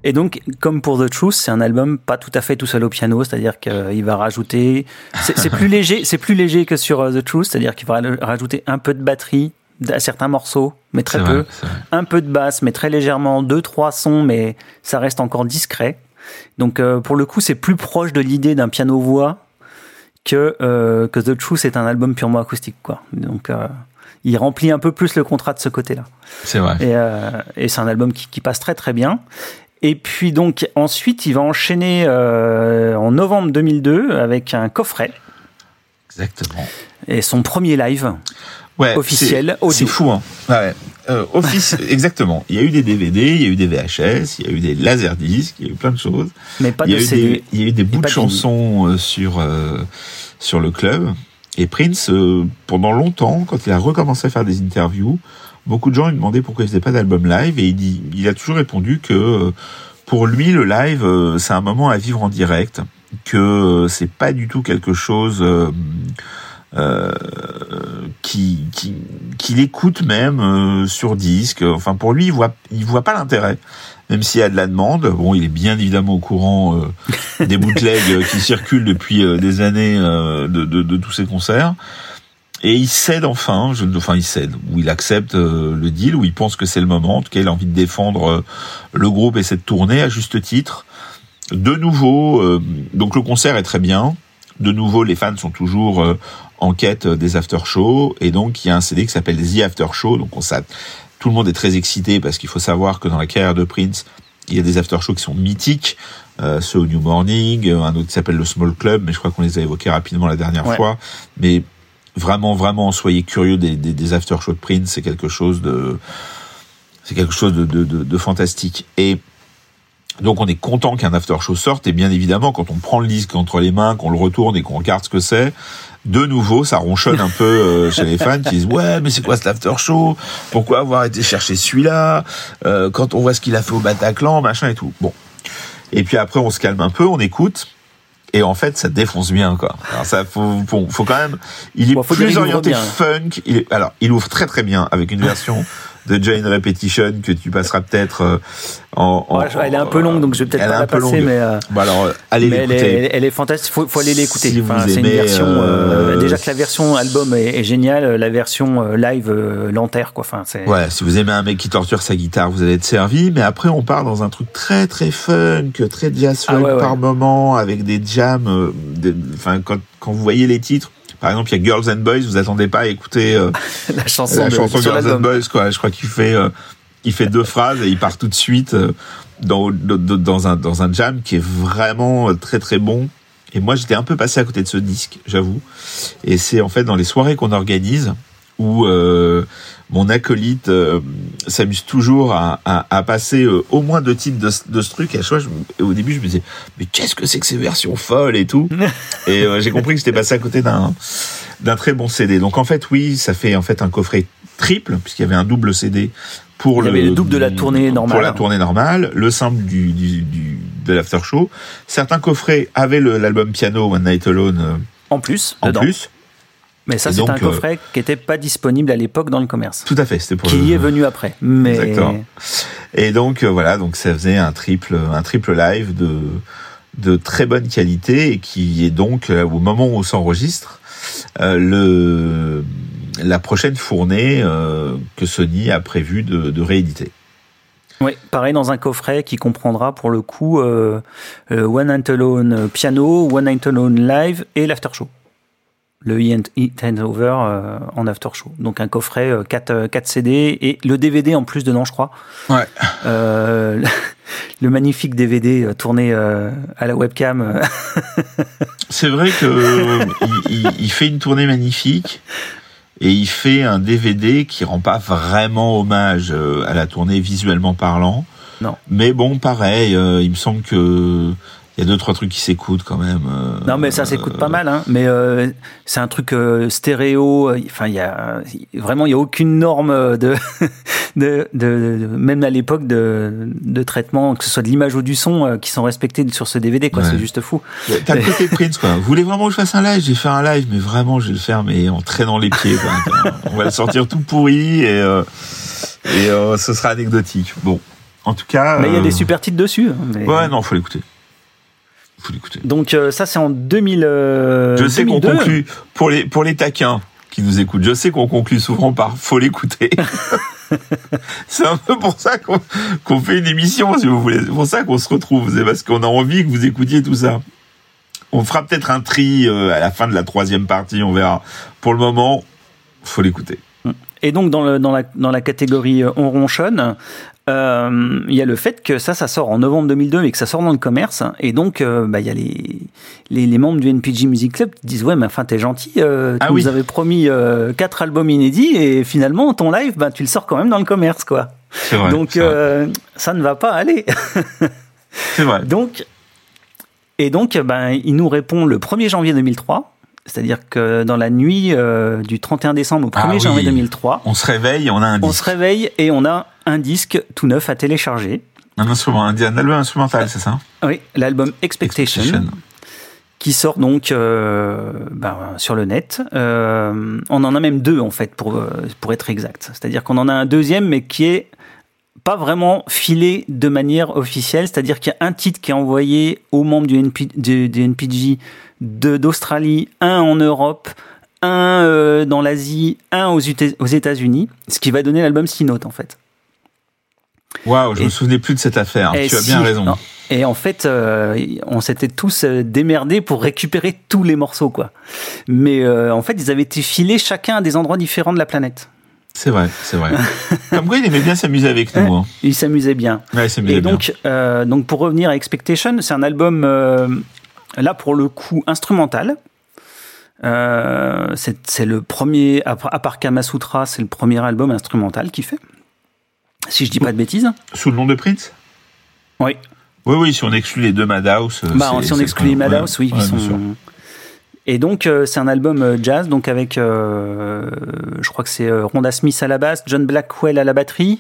Et donc, comme pour The Truth, c'est un album pas tout à fait tout seul au piano, c'est-à-dire qu'il va rajouter, c'est plus léger que sur The Truth, c'est-à-dire qu'il va rajouter un peu de batterie à certains morceaux, mais très peu, un peu de basse, mais très légèrement, 2-3 sons, mais ça reste encore discret. Donc, pour le coup, c'est plus proche de l'idée d'un piano-voix que The Truth est un album purement acoustique, quoi. Donc, il remplit un peu plus le contrat de ce côté-là. C'est vrai. Et c'est un album qui passe très très bien. Et puis donc ensuite, il va enchaîner en novembre 2002 avec un coffret. Exactement. Et son premier live officiel audio. C'est fou, hein. Exactement. Il y a eu des DVD, il y a eu des VHS, il y a eu des laserdiscs, il y a eu plein de choses. Mais pas de CD. Il y a eu des bouts de chansons sur le club. Et Prince, pendant longtemps, quand il a recommencé à faire des interviews, beaucoup de gens lui demandaient pourquoi il faisait pas d'album live, et il a toujours répondu que pour lui, le live, c'est un moment à vivre en direct, que c'est pas du tout quelque chose qu'il écoute même sur disque. Enfin, pour lui, il voit pas l'intérêt. Même s'il y a de la demande, bon, il est bien évidemment au courant des bootlegs qui circulent depuis des années de tous ces concerts. Et il cède il cède, ou il accepte le deal, ou il pense que c'est le moment. En tout cas, il a envie de défendre le groupe et cette tournée à juste titre. De nouveau, donc le concert est très bien. De nouveau, les fans sont toujours en quête des after-shows. Et donc, il y a un CD qui s'appelle The After Show. Donc, tout le monde est très excité parce qu'il faut savoir que dans la carrière de Prince, il y a des after-shows qui sont mythiques. Ceux au New Morning, un autre qui s'appelle le Small Club, mais je crois qu'on les a évoqués rapidement la dernière fois. Mais vraiment, soyez curieux des after-shows de Prince. C'est quelque chose de fantastique. Et donc, on est content qu'un after-show sorte. Et bien évidemment, quand on prend le disque entre les mains, qu'on le retourne et qu'on regarde ce que c'est, de nouveau, ça ronchonne un peu chez les fans qui disent « Ouais, mais c'est quoi cet after-show ? Pourquoi avoir été chercher celui-là ? Quand on voit ce qu'il a fait au Bataclan, machin et tout. » Bon. Et puis après, on se calme un peu, on écoute. Et en fait, ça défonce bien, quoi. Alors ça, faut quand même... Il est plus orienté funk. Il ouvre très très bien avec une version de Joy in Repetition que tu passeras peut-être elle est un peu longue, donc je vais peut-être pas la passer, mais allez l'écouter. Elle est fantastique. Faut aller l'écouter. C'est une version. Déjà que la version album est géniale, la version live l'enterre, quoi. Enfin, c'est. Ouais, si vous aimez un mec qui torture sa guitare, vous allez être servi. Mais après, on part dans un truc très très funk, très jazz funk par moment, avec des jams. Quand vous voyez les titres. Par exemple, il y a Girls and Boys, vous attendez pas à écouter la chanson Girls and Boys, quoi. Je crois qu'il fait 2 phrases et il part tout de suite dans un jam qui est vraiment très très bon. Et moi, j'étais un peu passé à côté de ce disque, j'avoue. Et c'est en fait dans les soirées qu'on organise où mon acolyte s'amuse toujours à passer au moins 2 titres de ce truc. Et à chaque fois, au début, je me disais, mais qu'est-ce que c'est que ces versions folles et tout. Et j'ai compris que j'étais passé à côté d'un très bon CD. Donc en fait, oui, ça fait en fait un coffret triple, puisqu'il y avait un double CD pour le double de la tournée normale. Pour la tournée normale, le simple de l'after show. Certains coffrets avaient l'album piano One Night Alone en plus. Mais ça, et c'est donc, un coffret qui n'était pas disponible à l'époque dans le commerce. Tout à fait, c'était pour qui est venu après. Mais... Exactement. Et donc voilà, donc ça faisait un triple live de très bonne qualité et qui est donc au moment où on s'enregistre la prochaine fournée que Sony a prévu de rééditer. Oui, pareil dans un coffret qui comprendra pour le coup One Night Alone piano, One Night Alone live et l'after show. Le It Ain't Over en after show. Donc un coffret 4 CD et le DVD en plus dedans, je crois. Ouais. Le magnifique DVD tourné à la webcam. C'est vrai que il fait une tournée magnifique et il fait un DVD qui rend pas vraiment hommage à la tournée visuellement parlant. Non. Mais bon, pareil, il me semble que il y a 2-3 trucs qui s'écoutent quand même. Non, mais ça s'écoute pas mal, hein. Mais c'est un truc stéréo. Enfin, il y a aucune norme même à l'époque de traitement, que ce soit de l'image ou du son, qui sont respectés sur ce DVD, quoi. Ouais. C'est juste fou. T'as le côté Prince, quoi. Vous voulez vraiment que je fasse un live? J'ai fait un live, mais vraiment, je vais le faire, mais en traînant les pieds, quoi. On va le sortir tout pourri et ce sera anecdotique. Bon. En tout cas. Mais il y a des super titres dessus. Mais... Ouais, non, faut l'écouter. Donc ça, c'est en 2000. Je sais 2002. qu'on conclut pour les taquins qui nous écoutent. Je sais qu'on conclut souvent par faut l'écouter. C'est un peu pour ça qu'on fait une émission, si vous voulez. C'est pour ça qu'on se retrouve. C'est parce qu'on a envie que vous écoutiez tout ça. On fera peut-être un tri à la fin de la 3e partie, on verra. Pour le moment, faut l'écouter. Et donc dans la catégorie on ronchonne, il y a le fait que ça sort en novembre 2002 et que ça sort dans le commerce. Et donc il y a les membres du NPG Music Club qui disent ouais mais enfin t'es gentil, tu nous avais promis 4 albums inédits et finalement ton live tu le sors quand même dans le commerce quoi. C'est vrai. Donc ça ne va pas aller. C'est vrai. Donc il nous répond le 1er janvier 2003. C'est-à-dire que dans la nuit du 31 décembre au 1er janvier 2003... On se réveille et on a un disque. On se réveille et on a un disque tout neuf à télécharger. Un album instrumental, c'est ça ? Oui, l'album Expectation. Qui sort donc sur le net. On en a même 2, en fait, pour être exact. C'est-à-dire qu'on en a un deuxième, mais qui est pas vraiment filé de manière officielle. C'est-à-dire qu'il y a un titre qui est envoyé aux membres du NPG d'Australie, un en Europe, un dans l'Asie, un aux États-Unis, ce qui va donner l'album C-Note, en fait. Waouh, je me souvenais plus de cette affaire. Tu as bien raison. Et en fait, on s'était tous démerdés pour récupérer tous les morceaux, quoi. Mais en fait, ils avaient été filés chacun à des endroits différents de la planète. C'est vrai. Comme quoi, il aimait bien s'amuser avec nous. Hein. Il s'amusait bien. Ouais, il s'amusait bien. Donc, pour revenir à Expectation, c'est un album, là, pour le coup, instrumental. C'est le premier, à part Kama Sutra, c'est le premier album instrumental qu'il fait. Si je dis pas de bêtises. Sous le nom de Prince ? Oui. Oui, si on exclut les deux Madhouse. Si on exclut les Madhouse, oui. Et donc, c'est un album jazz, donc avec, je crois que c'est Rhonda Smith à la basse, John Blackwell à la batterie.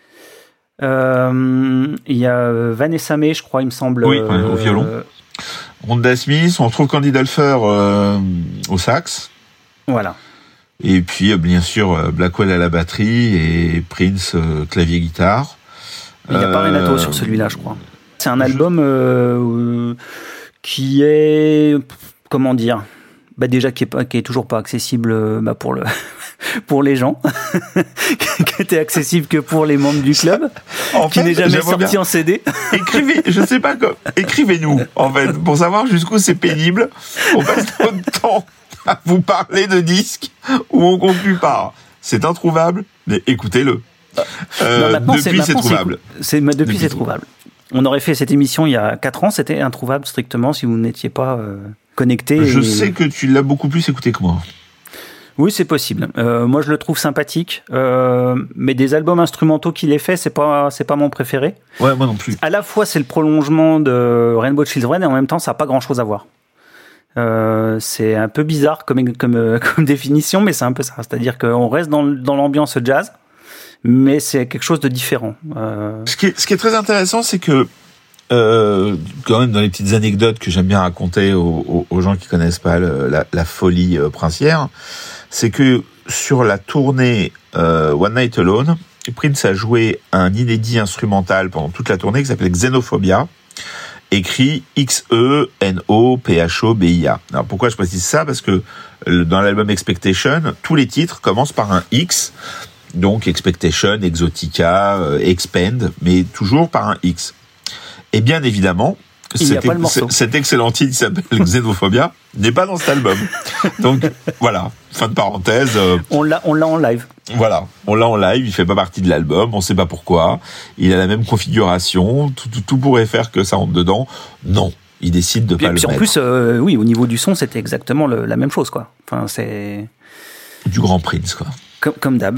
Il y a Vanessa May, je crois, il me semble. Oui, au violon. Rhonda Smith, on retrouve Candy Dulfer au sax. Voilà. Et puis, bien sûr, Blackwell à la batterie et Prince clavier-guitare. Il n'y a pas Renato sur celui-là, je crois. C'est un album qui est... Comment dire ? Déjà, qui est toujours pas accessible pour les gens. Qui était accessible que pour les membres du club. Qui n'est jamais sorti en CD. Écrivez-nous, en fait, pour savoir jusqu'où c'est pénible. On passe notre temps à vous parler de disques où on conclut par c'est introuvable, mais écoutez-le. Depuis, c'est trouvable. Depuis, c'est trouvable. On aurait fait cette émission il y a 4 ans, c'était introuvable strictement si vous n'étiez pas connecté. Je sais que tu l'as beaucoup plus écouté que moi. Oui, c'est possible. Moi, je le trouve sympathique, mais des albums instrumentaux qu'il ait fait, c'est pas mon préféré. Ouais, moi non plus. À la fois, c'est le prolongement de Rainbow Children et en même temps, ça n'a pas grand-chose à voir. C'est un peu bizarre comme définition, mais c'est un peu ça. C'est-à-dire qu'on reste dans l'ambiance jazz, mais c'est quelque chose de différent. Ce qui est très intéressant, c'est que quand même dans les petites anecdotes que j'aime bien raconter aux gens qui connaissent pas la folie princière, c'est que sur la tournée One Night Alone, Prince a joué un inédit instrumental pendant toute la tournée qui s'appelait Xenophobia, écrit Xenophoobia. Alors pourquoi je précise ça ? Parce que dans l'album Expectation, tous les titres commencent par un X, donc Expectation, Exotica, Expand, mais toujours par un X. Et bien évidemment, cet excellent titre qui s'appelle Xenophobia n'est pas dans cet album. Donc voilà, fin de parenthèse. On l'a en live. Voilà, on l'a en live, il fait pas partie de l'album, on sait pas pourquoi. Il a la même configuration, tout pourrait faire que ça rentre dedans. Non, il décide de pas le mettre. En plus, oui, au niveau du son, c'était exactement la même chose, quoi. Enfin, c'est du grand Prince, quoi. Comme d'hab.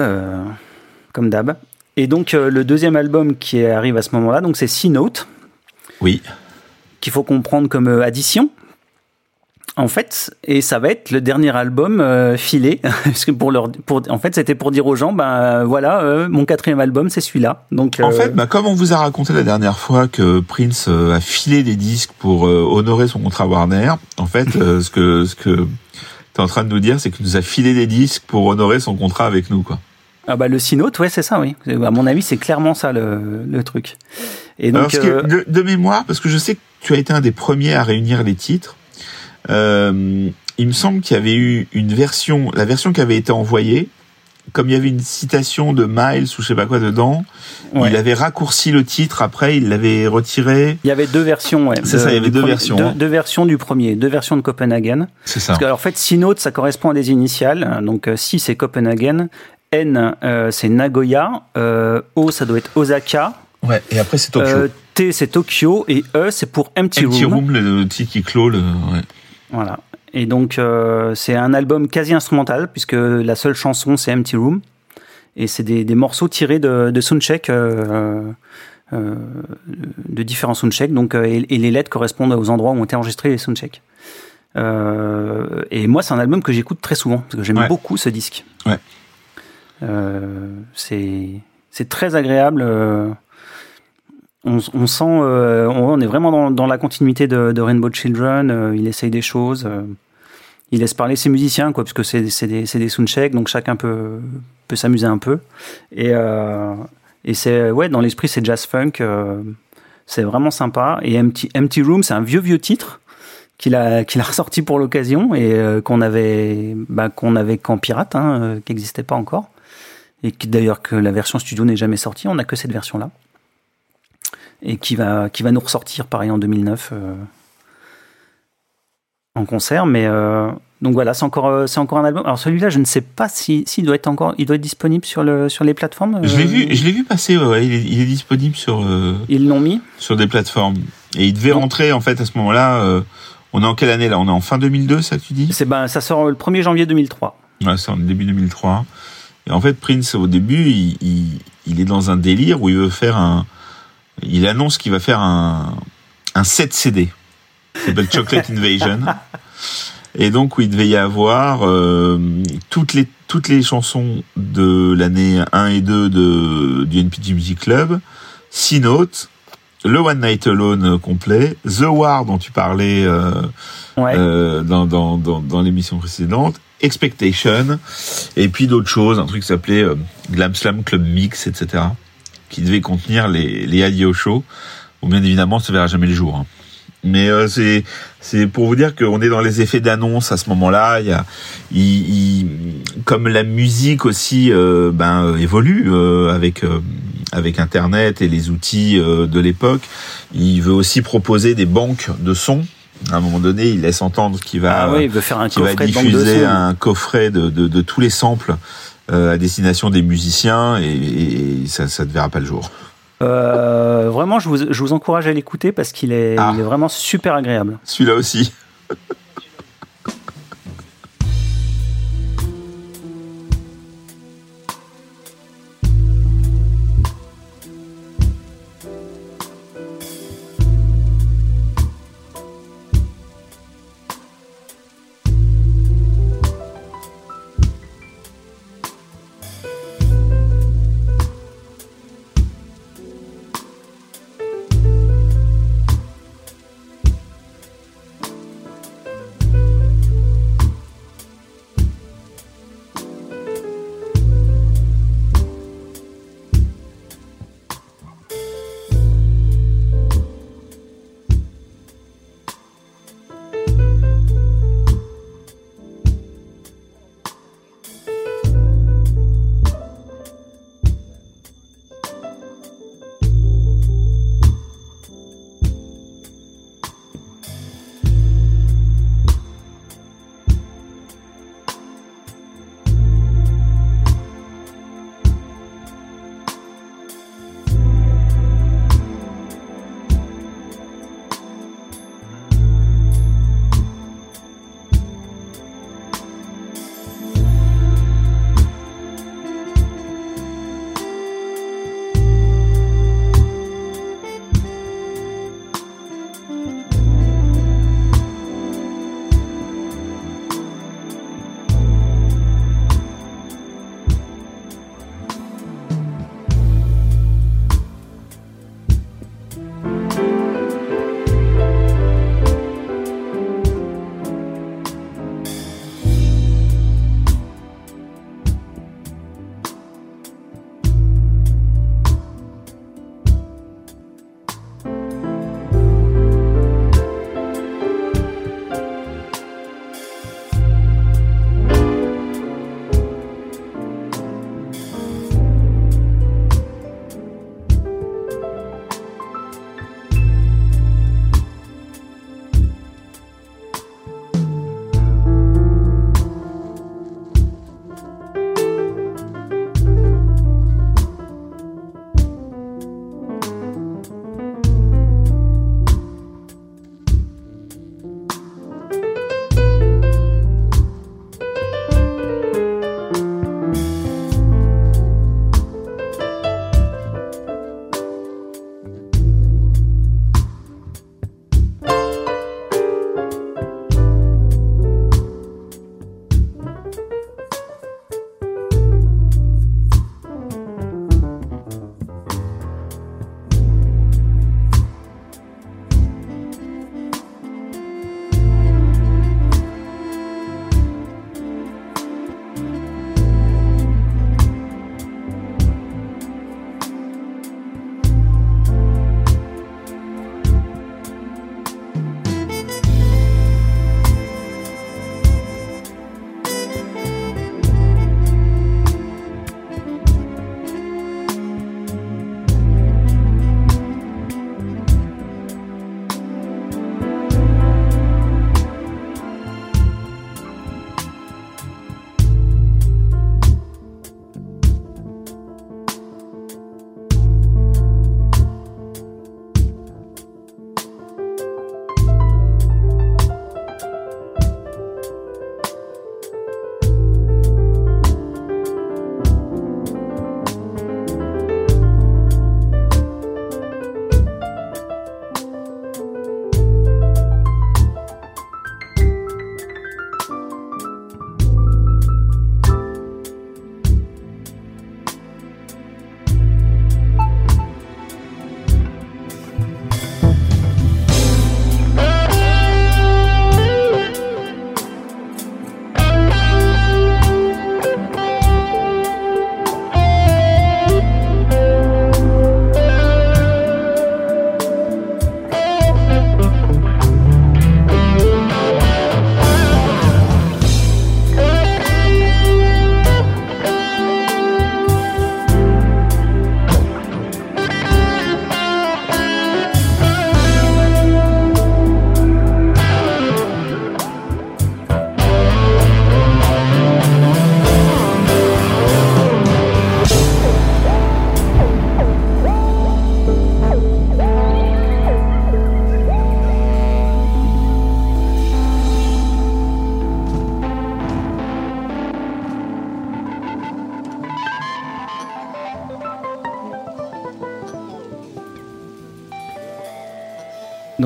Et donc le deuxième album qui arrive à ce moment-là, donc c'est C-Note. Oui. Qu'il faut comprendre comme addition, en fait, et ça va être le dernier album filé, parce que en fait, c'était pour dire aux gens, voilà, mon 4e album, c'est celui-là. Donc, en fait, comme on vous a raconté la dernière fois que Prince a filé des disques pour honorer son contrat Warner, en fait, ce que t'es en train de nous dire, c'est qu'il nous a filé des disques pour honorer son contrat avec nous, quoi. Ah bah le C-Note, ouais, c'est ça, oui. À mon avis, c'est clairement ça le truc. Et donc, de mémoire, parce que je sais que tu as été un des premiers à réunir les titres, il me semble qu'il y avait eu la version qui avait été envoyée, comme il y avait une citation de Miles ou je sais pas quoi dedans, ouais. Il avait raccourci le titre, après il l'avait retiré. Il y avait deux versions, ouais. C'est ça, il y avait deux versions. Deux versions du premier, deux versions de Copenhagen. C'est ça. Parce que, alors, en fait, C-Note, ça correspond à des initiales. Donc, C, c'est Copenhagen. N, c'est Nagoya. O, ça doit être Osaka. Ouais, et après c'est Tokyo. T, c'est Tokyo. Et E, c'est pour Empty Room. Empty Room, le titre qui clôt ouais. Voilà. Et donc, c'est un album quasi instrumental, puisque la seule chanson, c'est Empty Room. Et c'est des morceaux tirés de soundcheck, de différents soundchecks. Donc, et les lettres correspondent aux endroits où ont été enregistrés les soundchecks. Et moi, c'est un album que j'écoute très souvent, parce que j'aime beaucoup ce disque. Ouais. C'est très agréable. On sent, on est vraiment dans la continuité de Rainbow Children. Il essaye des choses. Il laisse parler ses musiciens, quoi, parce que c'est des soundchecks, donc chacun peut s'amuser un peu. Et c'est, ouais, dans l'esprit, c'est jazz funk. C'est vraiment sympa. Et Empty Room, c'est un vieux titre qu'il a ressorti pour l'occasion et qu'on avait qu'en pirate, qui n'existait pas encore. Et d'ailleurs que la version studio n'est jamais sortie. On n'a que cette version-là. Et qui va nous ressortir pareil en 2009 en concert, mais donc voilà, c'est encore un album. Alors celui-là, je ne sais pas s'il doit être disponible sur les plateformes. Je l'ai vu passer, ouais, il est disponible sur ils l'ont mis sur des plateformes et il devait rentrer en fait à ce moment-là. On est en quelle année là? On est en fin 2002, ça que tu dis? Ça sort le 1er janvier 2003. Ouais, c'est en début 2003. Et en fait, Prince au début, il est dans un délire où il annonce qu'il va faire un 7 CD. Ça s'appelle Chocolate Invasion. Et donc, où il devait y avoir toutes les chansons de l'année 1 et 2 du NPG Music Club, C-Note, le One Night Alone complet, The War dont tu parlais dans l'émission précédente, Expectation, et puis d'autres choses, un truc qui s'appelait Glam Slam Club Mix, etc., qui devait contenir les Ali au show. Bon, bien évidemment, ça ne verra jamais le jour. Hein. Mais c'est pour vous dire qu'on est dans les effets d'annonce à ce moment-là. Comme la musique aussi évolue avec Internet et les outils de l'époque, il veut aussi proposer des banques de sons. À un moment donné, il laisse entendre qu'il va, il veut faire diffuser un coffret de tous les samples à destination des musiciens et ça ne verra pas le jour. Vraiment, je vous encourage à l'écouter parce qu'il est vraiment super agréable. Celui-là aussi.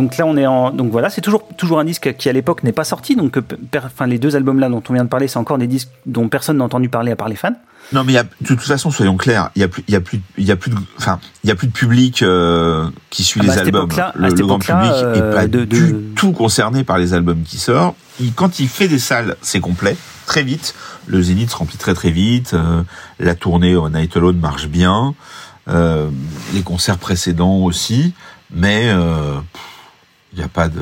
Donc là, donc voilà, c'est toujours un disque qui à l'époque n'est pas sorti. Donc, les deux albums là dont on vient de parler, c'est encore des disques dont personne n'a entendu parler à part les fans. Non, mais de toute façon, soyons clairs, il y a plus de public qui suit les albums. Le grand public est pas du tout concerné par les albums qui sortent. Quand il fait des salles, c'est complet, très vite. Le Zénith se remplit très très vite. La tournée One Night Alone marche bien. Les concerts précédents aussi, mais il y a pas de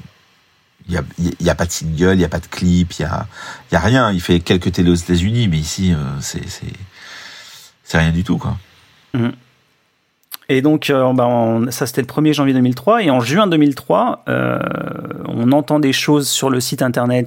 single, il y a pas de clip, il y a rien. Il fait quelques télés aux États-Unis, mais ici c'est rien du tout, quoi. Et donc ça c'était le 1er janvier 2003, et en juin 2003 on entend des choses sur le site internet,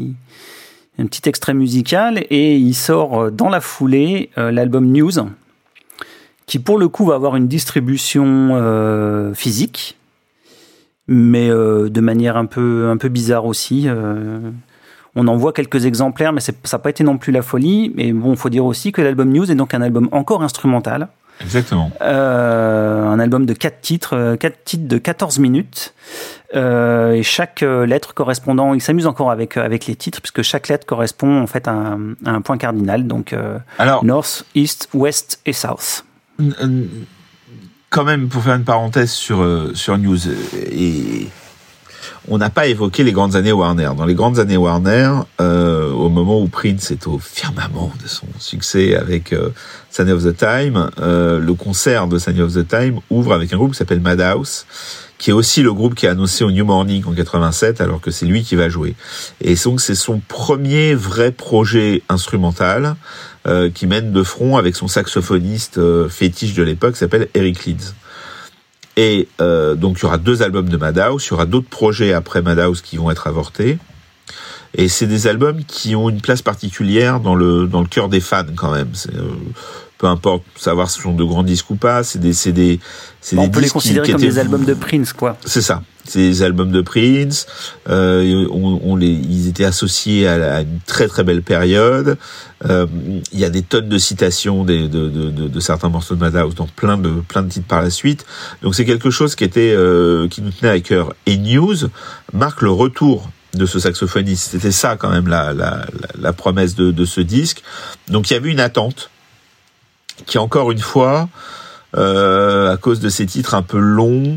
un petit extrait musical, et il sort dans la foulée l'album News, qui pour le coup va avoir une distribution physique, mais de manière un peu bizarre aussi. On en voit quelques exemplaires, mais ça n'a pas été non plus la folie. Mais bon, il faut dire aussi que l'album News est donc un album encore instrumental. Exactement. Un album de 4 titres de 14 minutes. Et chaque lettre correspondant, il s'amuse encore avec les titres, puisque chaque lettre correspond en fait à un point cardinal. Donc North, East, West et South. Quand même, pour faire une parenthèse sur News, et on n'a pas évoqué les grandes années Warner. Dans les grandes années Warner, au moment où Prince est au firmament de son succès avec Sign of the Time, le concert de Sign of the Time ouvre avec un groupe qui s'appelle Madhouse, qui est aussi le groupe qui a annoncé au New Morning en 87, alors que c'est lui qui va jouer. Et donc c'est son premier vrai projet instrumental qui mène de front avec son saxophoniste fétiche de l'époque, qui s'appelle Eric Leeds. Et donc il y aura 2 albums de Madhouse, il y aura d'autres projets après Madhouse qui vont être avortés. Et c'est des albums qui ont une place particulière dans le cœur des fans quand même. Peu importe savoir si ce sont de grands disques ou pas, c'est des on peut les considérer comme des albums de Prince, quoi. C'est ça. C'est des albums de Prince. Ils étaient associés à une très très belle période. Il y a des tonnes de citations de certains morceaux de Madhouse dans plein de titres par la suite. Donc c'est quelque chose qui nous tenait à cœur. Et News marque le retour de ce saxophoniste. C'était ça quand même la promesse de ce disque. Donc il y avait une attente qui, encore une fois, à cause de ces titres un peu longs,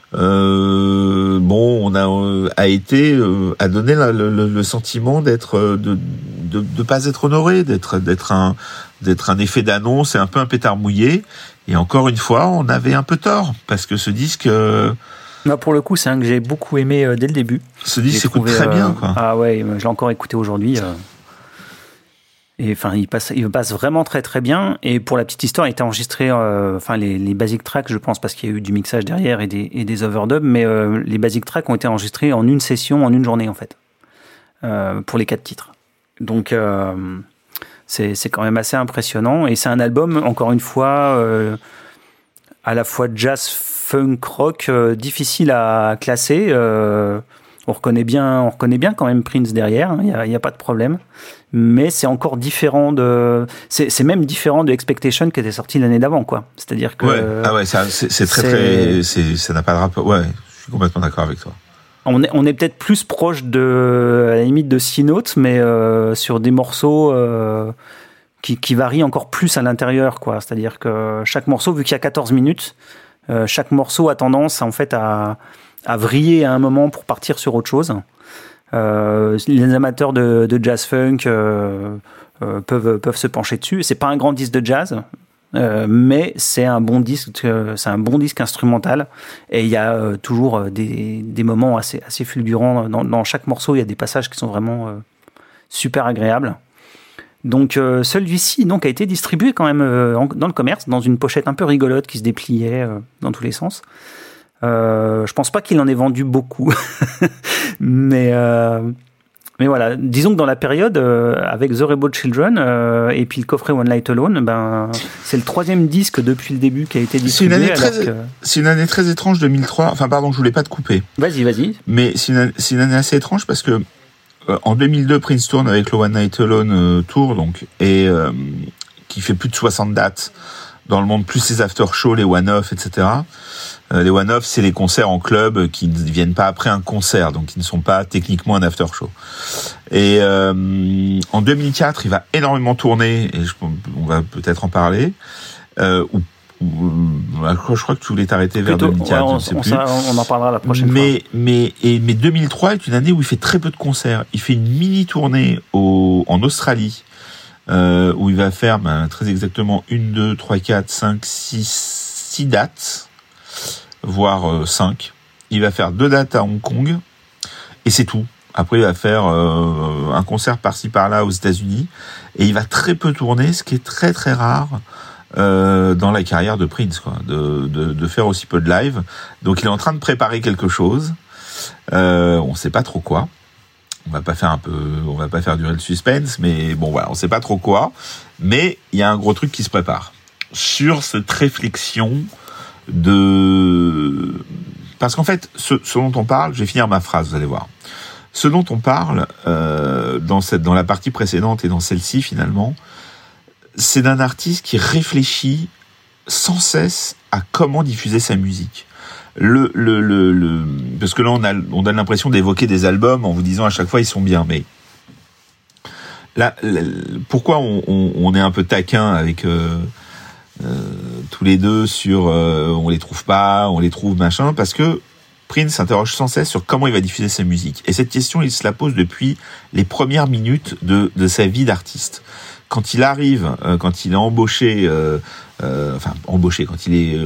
on a donné le sentiment de pas être honoré, d'être un effet d'annonce et un peu un pétard mouillé. Et encore une fois, on avait un peu tort, parce que ce disque, pour le coup, c'est un que j'ai beaucoup aimé dès le début. Ce disque s'écoute très bien, quoi. Ah ouais, je l'ai encore écouté aujourd'hui. Et enfin, il passe vraiment très très bien. Et pour la petite histoire, il était enregistré, les basic tracks, je pense, parce qu'il y a eu du mixage derrière et des overdubs, mais les basic tracks ont été enregistrés en une session, en une journée en fait, pour les 4 titres. Donc c'est quand même assez impressionnant. Et c'est un album, encore une fois, à la fois jazz, funk, rock, difficile à classer. On reconnaît bien quand même Prince derrière, il y a pas de problème. Mais c'est encore différent c'est même différent de Expectation qui était sorti l'année d'avant, quoi. C'est-à-dire que ça n'a pas de rapport. Ouais, je suis complètement d'accord avec toi. On est peut-être plus proche à la limite de C-Note, mais sur des morceaux qui varient encore plus à l'intérieur, quoi. C'est-à-dire que chaque morceau, vu qu'il y a 14 minutes, chaque morceau a tendance en fait à vriller à un moment pour partir sur autre chose. Les amateurs de jazz funk peuvent se pencher dessus. C'est pas un grand disque de jazz, mais c'est un bon disque instrumental. Et il y a toujours des moments assez fulgurants dans chaque morceau. Il y a des passages qui sont vraiment super agréables. Donc celui-ci donc a été distribué quand même dans le commerce, dans une pochette un peu rigolote qui se dépliait dans tous les sens. Je pense pas qu'il en ait vendu beaucoup, mais voilà. Disons que dans la période avec The Rebel Children et puis le coffret One Night Alone, c'est le 3e disque depuis le début qui a été distribué. C'est une année très étrange 2003. Enfin pardon, je voulais pas te couper. Vas-y. Mais c'est une année assez étrange parce que en 2002, Prince tourne avec le One Night Alone Tour, donc, et qui fait plus de 60 dates dans le monde, plus les after-shows, les one-off, etc. Les one-off, c'est les concerts en club qui ne viennent pas après un concert, donc qui ne sont pas techniquement un after-show. Et en 2004, il va énormément tourner, et on va peut-être en parler. Je crois que tu voulais t'arrêter vers 2004, ouais, je ne sais plus. On en parlera la prochaine fois. Mais 2003 est une année où il fait très peu de concerts. Il fait une mini-tournée en Australie, où il va faire très exactement 1, 2, 3, 4, 5, 6 dates, voire 5. Il va faire 2 dates à Hong Kong, et c'est tout. Après, il va faire un concert par-ci par-là aux États-Unis, et il va très peu tourner, ce qui est très très rare dans la carrière de Prince, quoi, de faire aussi peu de live. Donc, il est en train de préparer quelque chose. On sait pas trop quoi. On va pas faire durer le suspense, mais bon voilà, on sait pas trop quoi. Mais il y a un gros truc qui se prépare sur cette réflexion parce qu'en fait, ce dont on parle, je vais finir ma phrase, vous allez voir. Ce dont on parle dans la partie précédente et dans celle-ci finalement, c'est d'un artiste qui réfléchit sans cesse à comment diffuser sa musique. Parce que là on a l'impression d'évoquer des albums en vous disant à chaque fois ils sont bien, mais là pourquoi on est un peu taquin avec tous les deux sur on les trouve pas, on les trouve machin, parce que Prince s'interroge sans cesse sur comment il va diffuser sa musique. Et cette question, il se la pose depuis les premières minutes de sa vie d'artiste. Quand il arrive, quand il est embauché, quand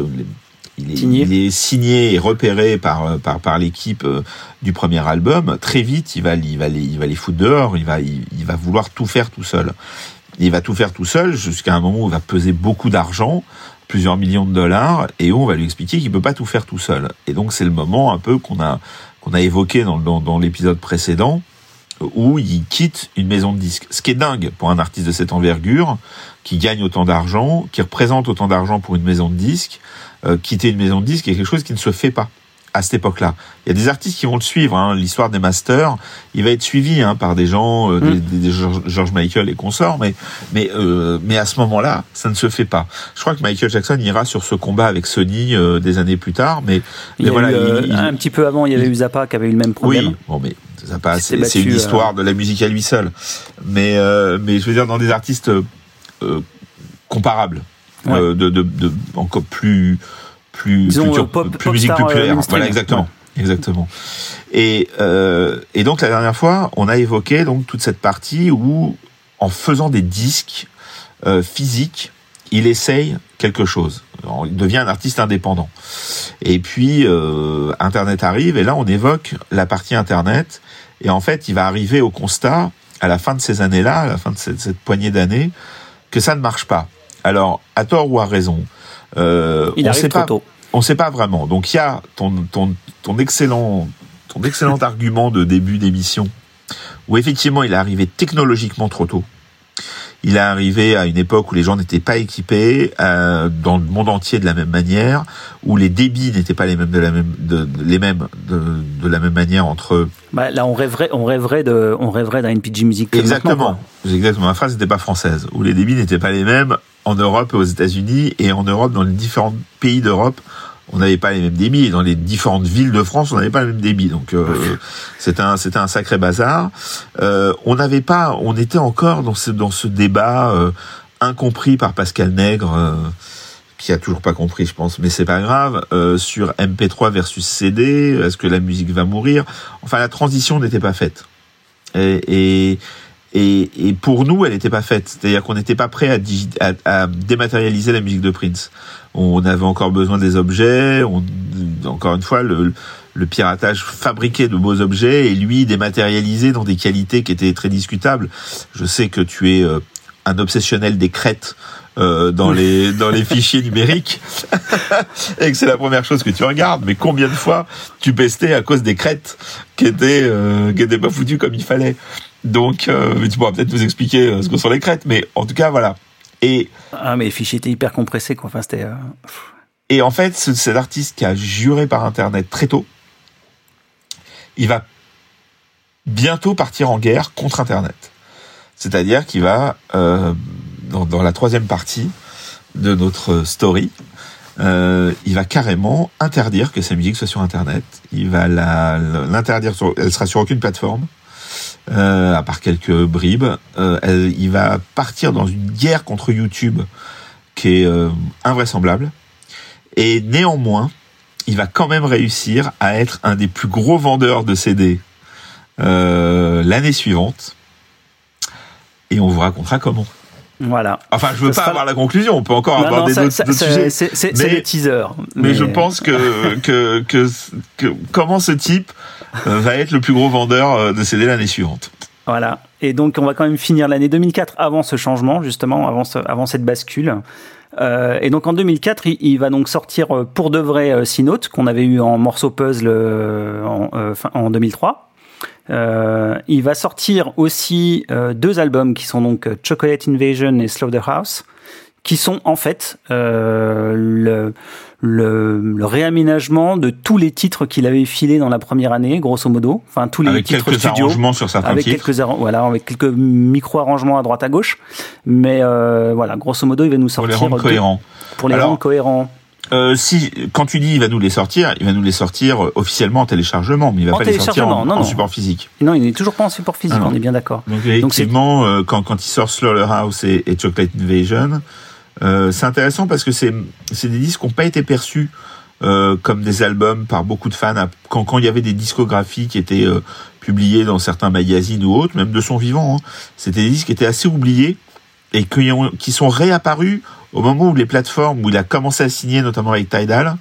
il est signé et repéré par l'équipe du premier album, très vite, il va les foutre dehors, il va vouloir tout faire tout seul. Il va tout faire tout seul jusqu'à un moment où il va peser beaucoup d'argent, plusieurs millions de dollars, et où on va lui expliquer qu'il peut pas tout faire tout seul. Et donc c'est le moment un peu qu'on a évoqué dans l'épisode précédent, où il quitte une maison de disques. Ce qui est dingue pour un artiste de cette envergure, qui gagne autant d'argent, qui représente autant d'argent pour une maison de disques, quitter une maison de disques est quelque chose qui ne se fait pas à cette époque-là. Il y a des artistes qui vont le suivre, hein. L'histoire des masters, il va être suivi par des gens, des George Michael et consorts, mais à ce moment-là, ça ne se fait pas. Je crois que Michael Jackson ira sur ce combat avec Sony des années plus tard, mais voilà, un petit peu avant, il y avait eu Zappa qui avait eu le même problème. Oui, bon, mais Zappa, c'est une histoire de la musique à lui seul. Mais je veux dire, dans des artistes comparables, ouais. Encore plus musique populaire. Voilà, exactement. Ouais. Exactement. Et donc la dernière fois, on a évoqué donc toute cette partie où, en faisant des disques physiques, il essaye quelque chose. Alors, il devient un artiste indépendant. Et puis Internet arrive, et là on évoque la partie Internet. Et en fait, il va arriver au constat, à la fin de ces années-là, à la fin de cette poignée d'années, que ça ne marche pas. Alors, à tort ou à raison, il arrive trop tôt. On ne sait pas vraiment. Donc il y a ton excellent argument de début d'émission, où effectivement il est arrivé technologiquement trop tôt. Il est arrivé à une époque où les gens n'étaient pas équipés dans le monde entier de la même manière, où les débits n'étaient pas les mêmes de la même manière entre eux. Là, on rêverait d'un NPG Music. Exactement. Ma phrase n'était pas française. Où les débits n'étaient pas les mêmes en Europe et aux États-Unis, et en Europe, dans les différents pays d'Europe, on n'avait pas les mêmes débits, et dans les différentes villes de France, on n'avait pas les mêmes débits. Donc c'était un sacré bazar. On était encore dans ce débat incompris par Pascal Nègre, qui a toujours pas compris, je pense, mais c'est pas grave, sur MP3 versus CD, est-ce que la musique va mourir? Enfin, la transition n'était pas faite. Et pour nous, elle n'était pas faite. C'est-à-dire qu'on n'était pas prêt à dématérialiser la musique de Prince. On avait encore besoin des objets. Encore une fois, le piratage fabriquait de beaux objets, et lui dématérialisé dans des qualités qui étaient très discutables. Je sais que tu es un obsessionnel des crêtes dans les fichiers numériques, et que c'est la première chose que tu regardes. Mais combien de fois tu pestais à cause des crêtes qui étaient pas foutues comme il fallait? Donc, tu pourras peut-être nous expliquer ce que sont les crêtes, mais en tout cas, voilà. Mais les fichiers étaient hyper compressés, quoi. Enfin, c'était. Et en fait, c'est l'artiste qui a juré par Internet très tôt. Il va bientôt partir en guerre contre Internet. C'est-à-dire qu'il va, dans la troisième partie, de notre story, il va carrément interdire que sa musique soit sur Internet. Il va l'interdire, elle sera sur aucune plateforme, à part quelques bribes. Il va partir dans une guerre contre YouTube qui est invraisemblable. Et néanmoins, il va quand même réussir à être un des plus gros vendeurs de CD l'année suivante. Et on vous racontera comment. Voilà. Enfin, je veux pas avoir la conclusion. On peut encore aborder d'autres sujets. C'est le teaser. Mais je pense que comment ce type va être le plus gros vendeur de CD l'année suivante. Voilà. Et donc, on va quand même finir l'année 2004 avant ce changement, justement, avant cette bascule. Et donc, en 2004, il va donc sortir pour de vrai C-Note, qu'on avait eu en morceau puzzle en 2003. Il va sortir aussi 2 albums qui sont donc Chocolate Invasion et Slaughterhouse, qui sont en fait le réaménagement de tous les titres qu'il avait filés dans la première année, grosso modo. Enfin, tous les avec titres quelques studio, arrangements sur certains titres. Avec quelques micro-arrangements à droite à gauche. Mais voilà, grosso modo, il va nous sortir pour les rendre cohérents. Pour les rendre cohérents. Quand tu dis il va nous les sortir officiellement en téléchargement, mais il va pas les sortir en support physique. Non, il n'est toujours pas en support physique, on est bien d'accord. Donc effectivement, quand il sort Slaughterhouse et Chocolate Invasion, c'est intéressant parce que c'est des disques qui n'ont pas été perçus comme des albums par beaucoup de fans. Quand il y avait des discographies qui étaient publiées dans certains magazines ou autres, même de son vivant, c'était des disques qui étaient assez oubliés et qui sont réapparus au moment où les plateformes, où il a commencé à signer, notamment avec Tidal,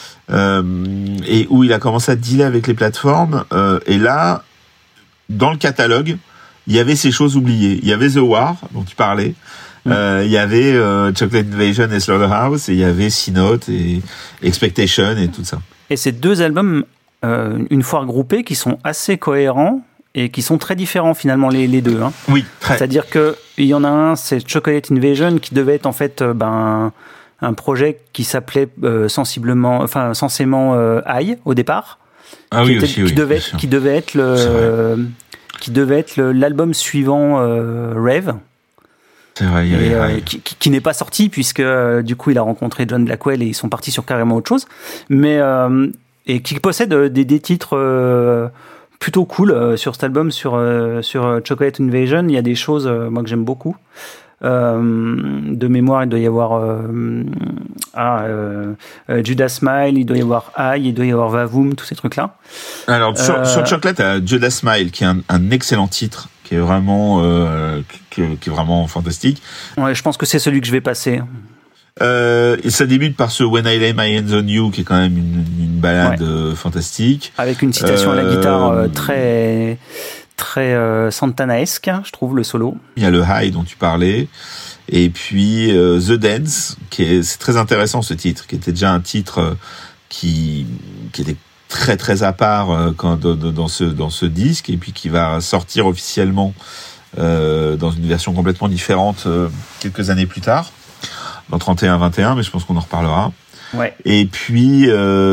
et où il a commencé à dealer avec les plateformes, et là, dans le catalogue, il y avait ces choses oubliées. Il y avait The War, dont tu parlais, il y avait Chocolate Invasion et Slaughterhouse, et il y avait C-Note et Expectation et tout ça. Et ces 2 albums, une fois regroupés, qui sont assez cohérents, et qui sont très différents finalement les 2. Hein. Oui, très. C'est-à-dire que il y en a un, c'est Chocolate Invasion, qui devait être en fait un projet qui s'appelait censément High au départ. Ah oui, aussi, qui devait être l'album suivant Rave. C'est vrai, qui n'est pas sorti puisque du coup il a rencontré John Blackwell et ils sont partis sur carrément autre chose. Mais et qui possède des titres plutôt cool sur cet album, sur Chocolate Invasion. Il y a des choses moi que j'aime beaucoup. De mémoire, il doit y avoir Judas Smile, il doit y avoir High, il doit y avoir Vavoom, tous ces trucs-là. Alors sur Chocolate, Judas Smile, qui est un excellent titre, qui est vraiment fantastique. Ouais, je pense que c'est celui que je vais passer. Et ça débute par ce When I Lay My Hands on You, qui est quand même une balade fantastique. Avec une citation à la guitare très Santanaesque, je trouve, le solo. Il y a le High dont tu parlais. Et puis The Dance, c'est très intéressant ce titre, qui était déjà un titre qui était très très à part dans ce disque, et puis qui va sortir officiellement dans une version complètement différente quelques années plus tard, dans 31-21, mais je pense qu'on en reparlera. Ouais. Et puis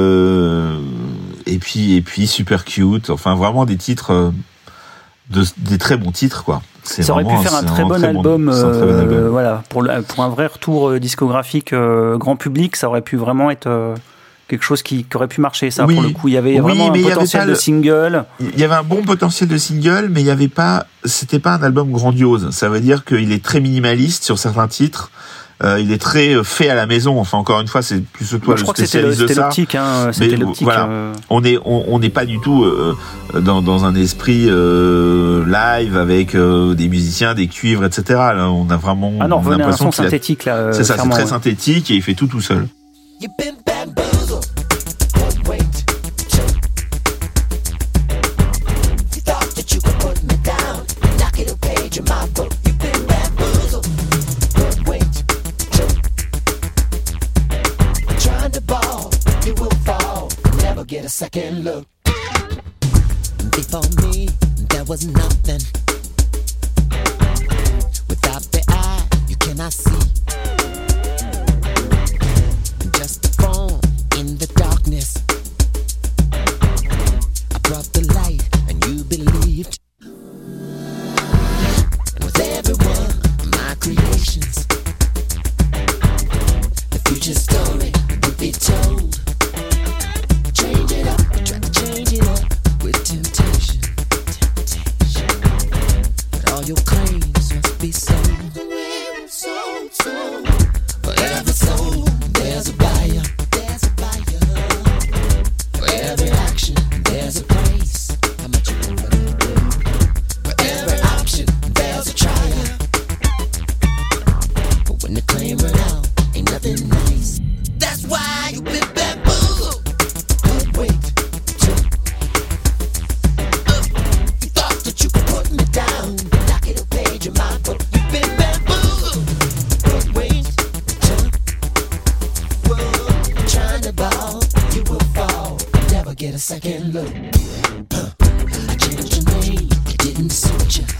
Super Cute, enfin vraiment des titres des très bons titres, quoi. Ça aurait pu faire un très bon album, voilà, pour un vrai retour discographique grand public, ça aurait pu vraiment être quelque chose qui aurait pu marcher, ça, pour le coup. Il y avait vraiment un potentiel de single. Il y avait un bon potentiel de single, mais c'était pas un album grandiose. Ça veut dire qu'il est très minimaliste sur certains titres. Il est très fait à la maison. Enfin, encore une fois, c'est plus toi le spécialiste de ça. C'était l'optique, hein. C'était l'optique. Voilà. On n'est pas du tout dans un esprit live avec des musiciens, des cuivres, etc. Là, on a vraiment. Ah non, on a un son synthétique là. C'est ça, c'est très synthétique et il fait tout seul. Get a second look. Before me, there was nothing. Without the eye, you cannot see. Just a phone in the darkness. I brought the light, and you believed. And with every one of my creations, all your claims must be sold. For every soul, there's a buyer. There's a buyer. For every action, there's a price. How much you want for that? For every option, there's a trial. But when the claim run out, ain't nothing nice. That's why you been bamboozled. Wait, you thought that you could put me down, knock it a page in my book. You've been bamboozled. Wait, whoa, trying to ball, you will fall. Never get a second look. I changed your name, it didn't suit you.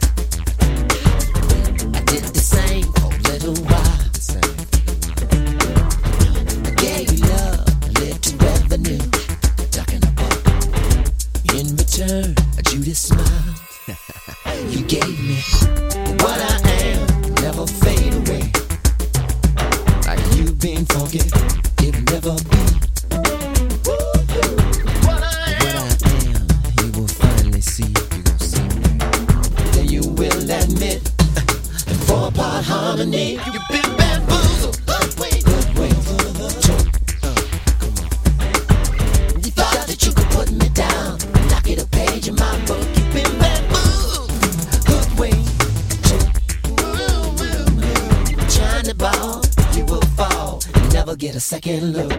I did the same for a little while. I gave you love, led to revenue. Talking about in return, a Judas smile. You gave me what I am, never fade away. Like you being funky, it'll never be. What I am, you will finally see. You gon' see. Then you will admit, in 4-part harmony, you've been bamboozled. Wait, come on. You thought that you could put me down, knock it a page in my book. You've been bamboozled. Trying to ball, you will fall and never get a second look.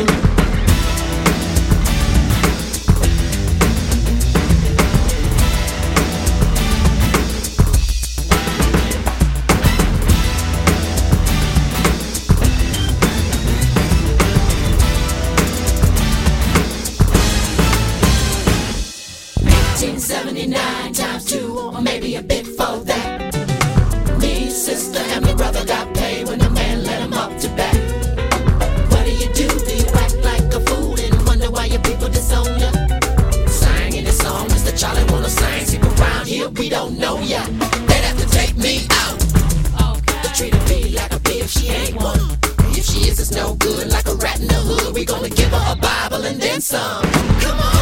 Times 2, or maybe a bit for that. Me, sister, and my brother got paid when the man let him up to bat. What do? Do you act like a fool and wonder why your people disown ya? Singing this song, Mr. Charlie wanna sing. See, around here we don't know ya. They'd have to take me out. They treat a bee like a bee if she ain't one. If she is, it's no good. Like a rat in the hood, we gonna give her a Bible and then some. Come on.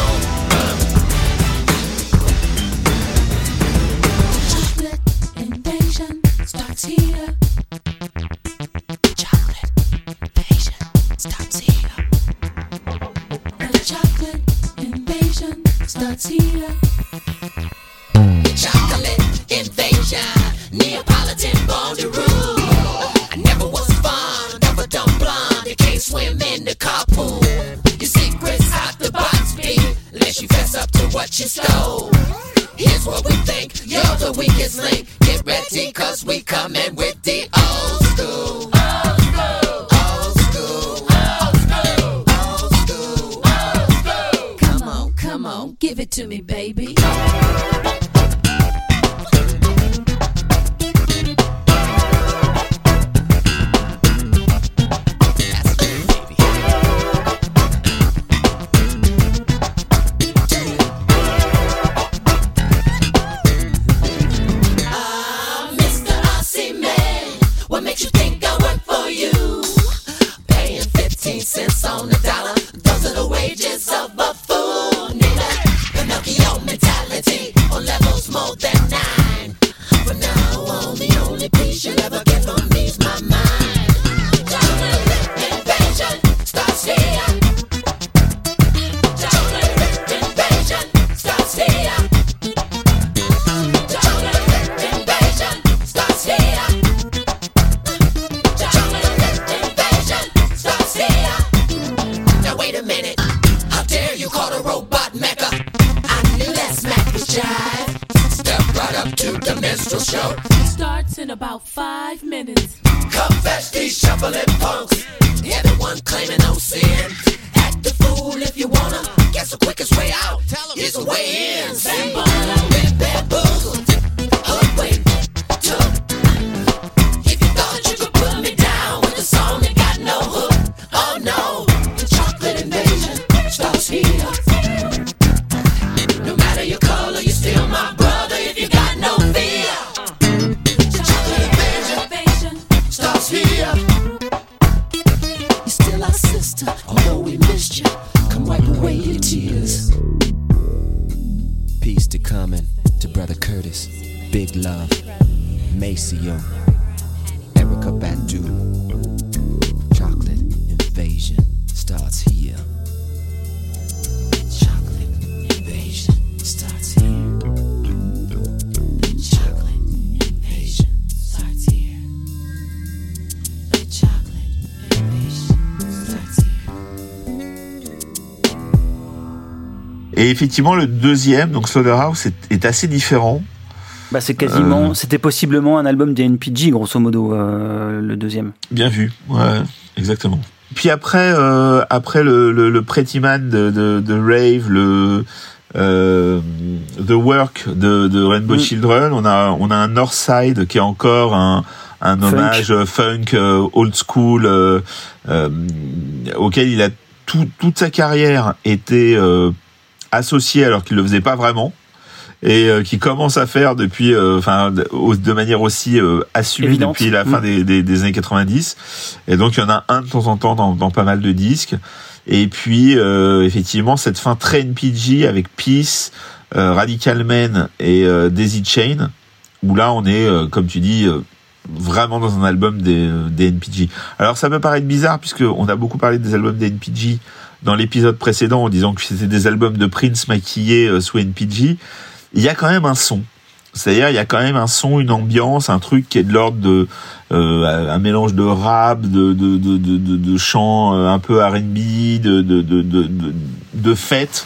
Starts here. Chocolate invasion starts here. The chocolate invasion starts here. Chocolate invasion, Neapolitan bonjour. I never was fond of a dumb blonde. You can't swim in the carpool. Your secret's out the box, B, unless you fess up to what you stole. Here's what we think, you're the weakest link. Get ready, cause we coming with the old school. Old school. Old school. Old school. Old school. Old school. Come on, give it to me, baby. On the dollar, those are the wages of a fool. Nigga, Pinocchio mentality on levels more than 9. From now on, the only peace you'll ever get from me's my mind. Chocolate invasion starts here. Chocolate invasion starts here. Chocolate invasion starts here. Chocolate invasion starts here. Wait a minute, how dare you call the robot Mecca? I knew that smack was jive. Step right up to the minstrel show. Starts in about 5 minutes. Come fetch these shuffling punks. Everyone claiming no sin. Act the fool if you wanna. Guess the quickest way out is the way in. See, been bamboozled. Hoodwinked. If you thought you could put me down with a song that got no hook, oh no. Starts here. No matter your color, you're still my brother if you got no fear. Chocolate invasion starts here. You're still our sister, although we missed you. Come wipe away your tears. Peace to Common, to Brother Curtis. Big Love, Maceo, Erykah Badu. Chocolate invasion starts here. Chocolate invasion starts here. Chocolate invasion starts here. Chocolate invasion starts here. Et effectivement, le deuxième, donc Slaughterhouse, est assez différent. Bah, c'est quasiment, c'était possiblement un album des NPG, grosso modo, le deuxième. Bien vu, ouais, exactement. Puis après le Pretty Man de Rave, The Work de Rainbow Children, on a un Northside qui est encore un hommage funk old school auquel il a toute sa carrière été associé alors qu'il le faisait pas vraiment. Et qui commence à faire depuis, de manière aussi assumée évidente. depuis la fin des années 90. Et donc il y en a un de temps en temps dans pas mal de disques. Et puis effectivement cette fin très NPG avec Peace, Radical Man et Daisy Chain, où là on est, comme tu dis, vraiment dans un album des NPG. Alors ça peut paraître bizarre puisque on a beaucoup parlé des albums des NPG dans l'épisode précédent en disant que c'était des albums de Prince maquillés sous NPG. Il y a quand même un son. C'est-à-dire, il y a quand même un son, une ambiance, un truc qui est de l'ordre de un mélange de rap, de chants un peu R&B, de fêtes,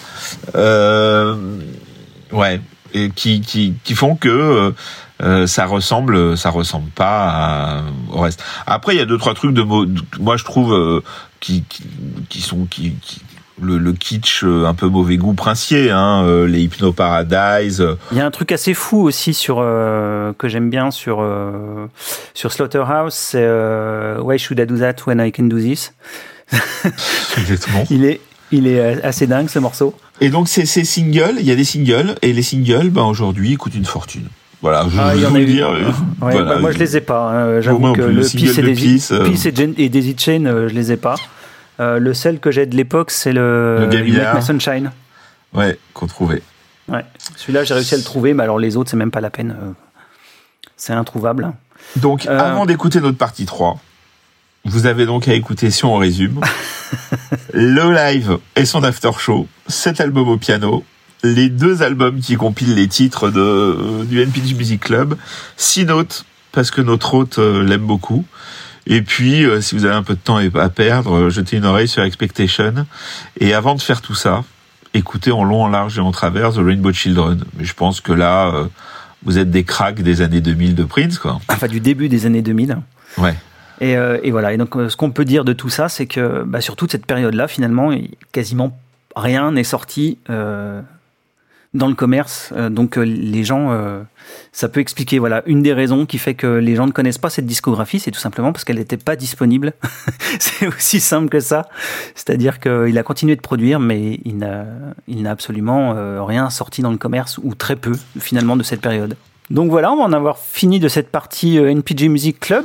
ouais, et qui font que ça ressemble pas au reste. Après, il y a deux trois trucs moi je trouve qui sont le kitsch un peu mauvais goût princier, les Hypno Paradise. Il y a un truc assez fou aussi que j'aime bien sur Slaughterhouse, c'est Why Should I Do That When I Can Do This. Exactement. Il est assez dingue ce morceau. Et donc ces singles, il y a des singles et les singles, aujourd'hui coûtent une fortune. Voilà, je vais vous le dire. Voilà. Moi je les ai pas. J'avoue que le Peace et Daisy Chain, je les ai pas. Le seul que j'ai de l'époque, c'est le Make My Sunshine. Ouais, qu'on trouvait. Ouais, celui-là, j'ai réussi à le trouver, mais alors les autres, c'est même pas la peine. C'est introuvable. Donc, avant d'écouter notre partie 3, vous avez donc à écouter, si on résume, le live et son after show, 7 albums au piano, les 2 albums qui compilent les titres du NPG Music Club, 6 notes, parce que notre hôte l'aime beaucoup. Et puis, si vous avez un peu de temps à perdre, jetez une oreille sur Expectation. Et avant de faire tout ça, écoutez en long, en large et en travers The Rainbow Children. Mais je pense que là, vous êtes des cracks des années 2000 de Prince, quoi. Enfin, du début des années 2000. Ouais. Et voilà. Et donc, ce qu'on peut dire de tout ça, c'est que sur toute cette période-là, finalement, quasiment rien n'est sorti dans le commerce. Donc, les gens... ça peut expliquer une des raisons qui fait que les gens ne connaissent pas cette discographie, c'est tout simplement parce qu'elle n'était pas disponible. C'est aussi simple que ça. C'est-à-dire qu'il a continué de produire, mais il n'a absolument rien sorti dans le commerce, ou très peu, finalement, de cette période. Donc voilà, on va en avoir fini de cette partie NPG Music Club.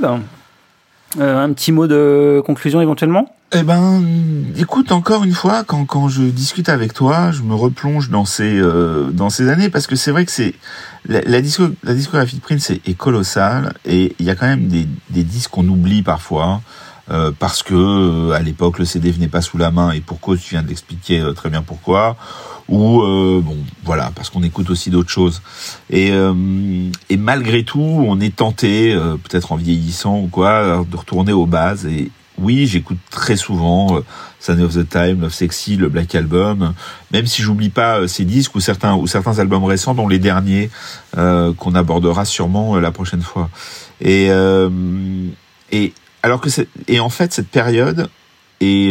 Un petit mot de conclusion éventuellement ? Eh ben, écoute, encore une fois, quand je discute avec toi, je me replonge dans ces années, parce que c'est vrai que la discographie de Prince est colossale, et il y a quand même des disques qu'on oublie parfois, parce que à l'époque le CD venait pas sous la main, et pour cause, tu viens d'expliquer très bien pourquoi, ou parce qu'on écoute aussi d'autres choses, et malgré tout, on est tenté, peut-être en vieillissant ou quoi, de retourner aux bases. Et oui, j'écoute très souvent Sign of the Time, Love Sexy, le Black Album, même si j'oublie pas ces disques ou certains albums récents, dont les derniers qu'on abordera sûrement la prochaine fois. Et alors que en fait cette période est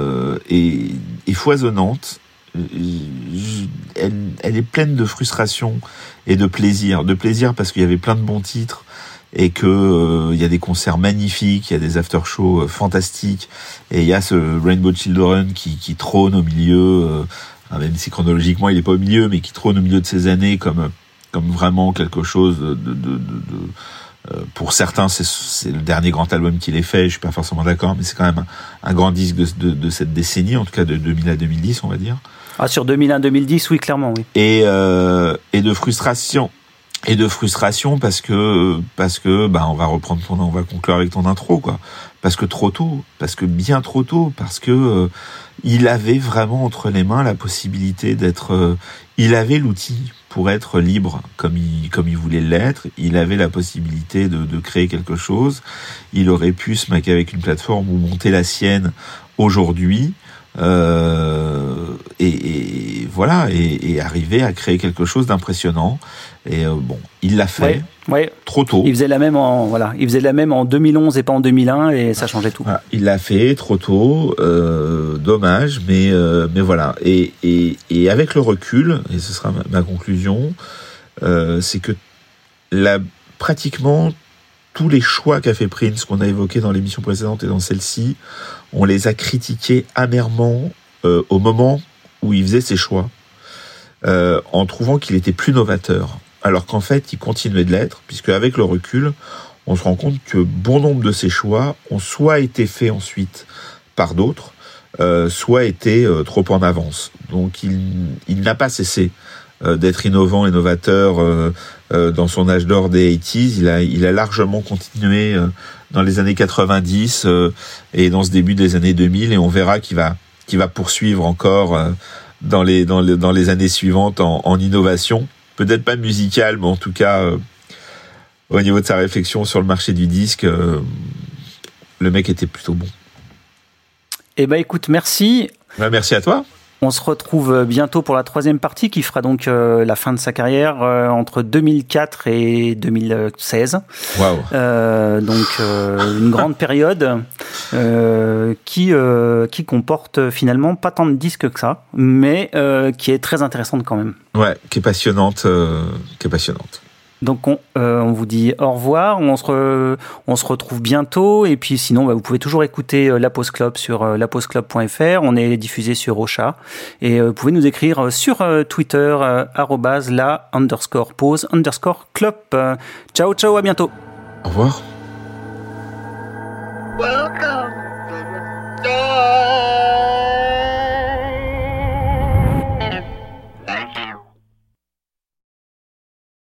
foisonnante. Elle est pleine de frustration et de plaisir parce qu'il y avait plein de bons titres, et que il y a des concerts magnifiques, il y a des after-shows fantastiques, et il y a ce Rainbow Children qui trône au milieu, même si chronologiquement il est pas au milieu, mais qui trône au milieu de ces années comme vraiment quelque chose de pour certains, c'est le dernier grand album qu'il ait fait. Je suis pas forcément d'accord, mais c'est quand même un grand disque de cette décennie, en tout cas de 2000 à 2010, on va dire. Ah, sur 2001-2010, oui, clairement, oui. Et de frustration. Et de frustration parce que on va conclure avec ton intro, quoi. Parce que trop tôt, parce que bien trop tôt, parce que il avait vraiment entre les mains la possibilité d'être, il avait l'outil pour être libre comme il voulait l'être. Il avait la possibilité de créer quelque chose. Il aurait pu se maquer avec une plateforme ou monter la sienne aujourd'hui. Et voilà, et arriver à créer quelque chose d'impressionnant. Et bon, il l'a fait. Ouais. Trop tôt. Il faisait la même en 2011 et pas en 2001 et ça changeait tout. Voilà, il l'a fait trop tôt, dommage, mais voilà. Et avec le recul, et ce sera ma conclusion, c'est que pratiquement tous les choix qu'a fait Prince, qu'on a évoqués dans l'émission précédente et dans celle-ci, on les a critiqués amèrement au moment où il faisait ses choix, en trouvant qu'il était plus novateur. Alors qu'en fait, il continuait de l'être, puisque avec le recul, on se rend compte que bon nombre de ses choix ont soit été faits ensuite par d'autres, soit été trop en avance. Donc il n'a pas cessé d'être innovant et novateur dans son âge d'or des 80s. Il a largement continué dans les années 90 et dans ce début des années 2000, et on verra qu'il va poursuivre encore dans les années suivantes en innovation. Peut-être pas musicale, mais en tout cas au niveau de sa réflexion sur le marché du disque, le mec était plutôt bon. Eh ben écoute, merci. Merci à toi. On se retrouve bientôt pour la troisième partie qui fera donc la fin de sa carrière entre 2004 et 2016. Waouh. Donc une grande période qui comporte finalement pas tant de disques que ça, mais qui est très intéressante quand même. Ouais, qui est passionnante. Donc on vous dit au revoir, on se retrouve bientôt, et puis sinon vous pouvez toujours écouter La Pause Club sur lapauseclub.fr. On est diffusé sur Ocha, et vous pouvez nous écrire sur Twitter @la_pause_club. Ciao, à bientôt. Au revoir.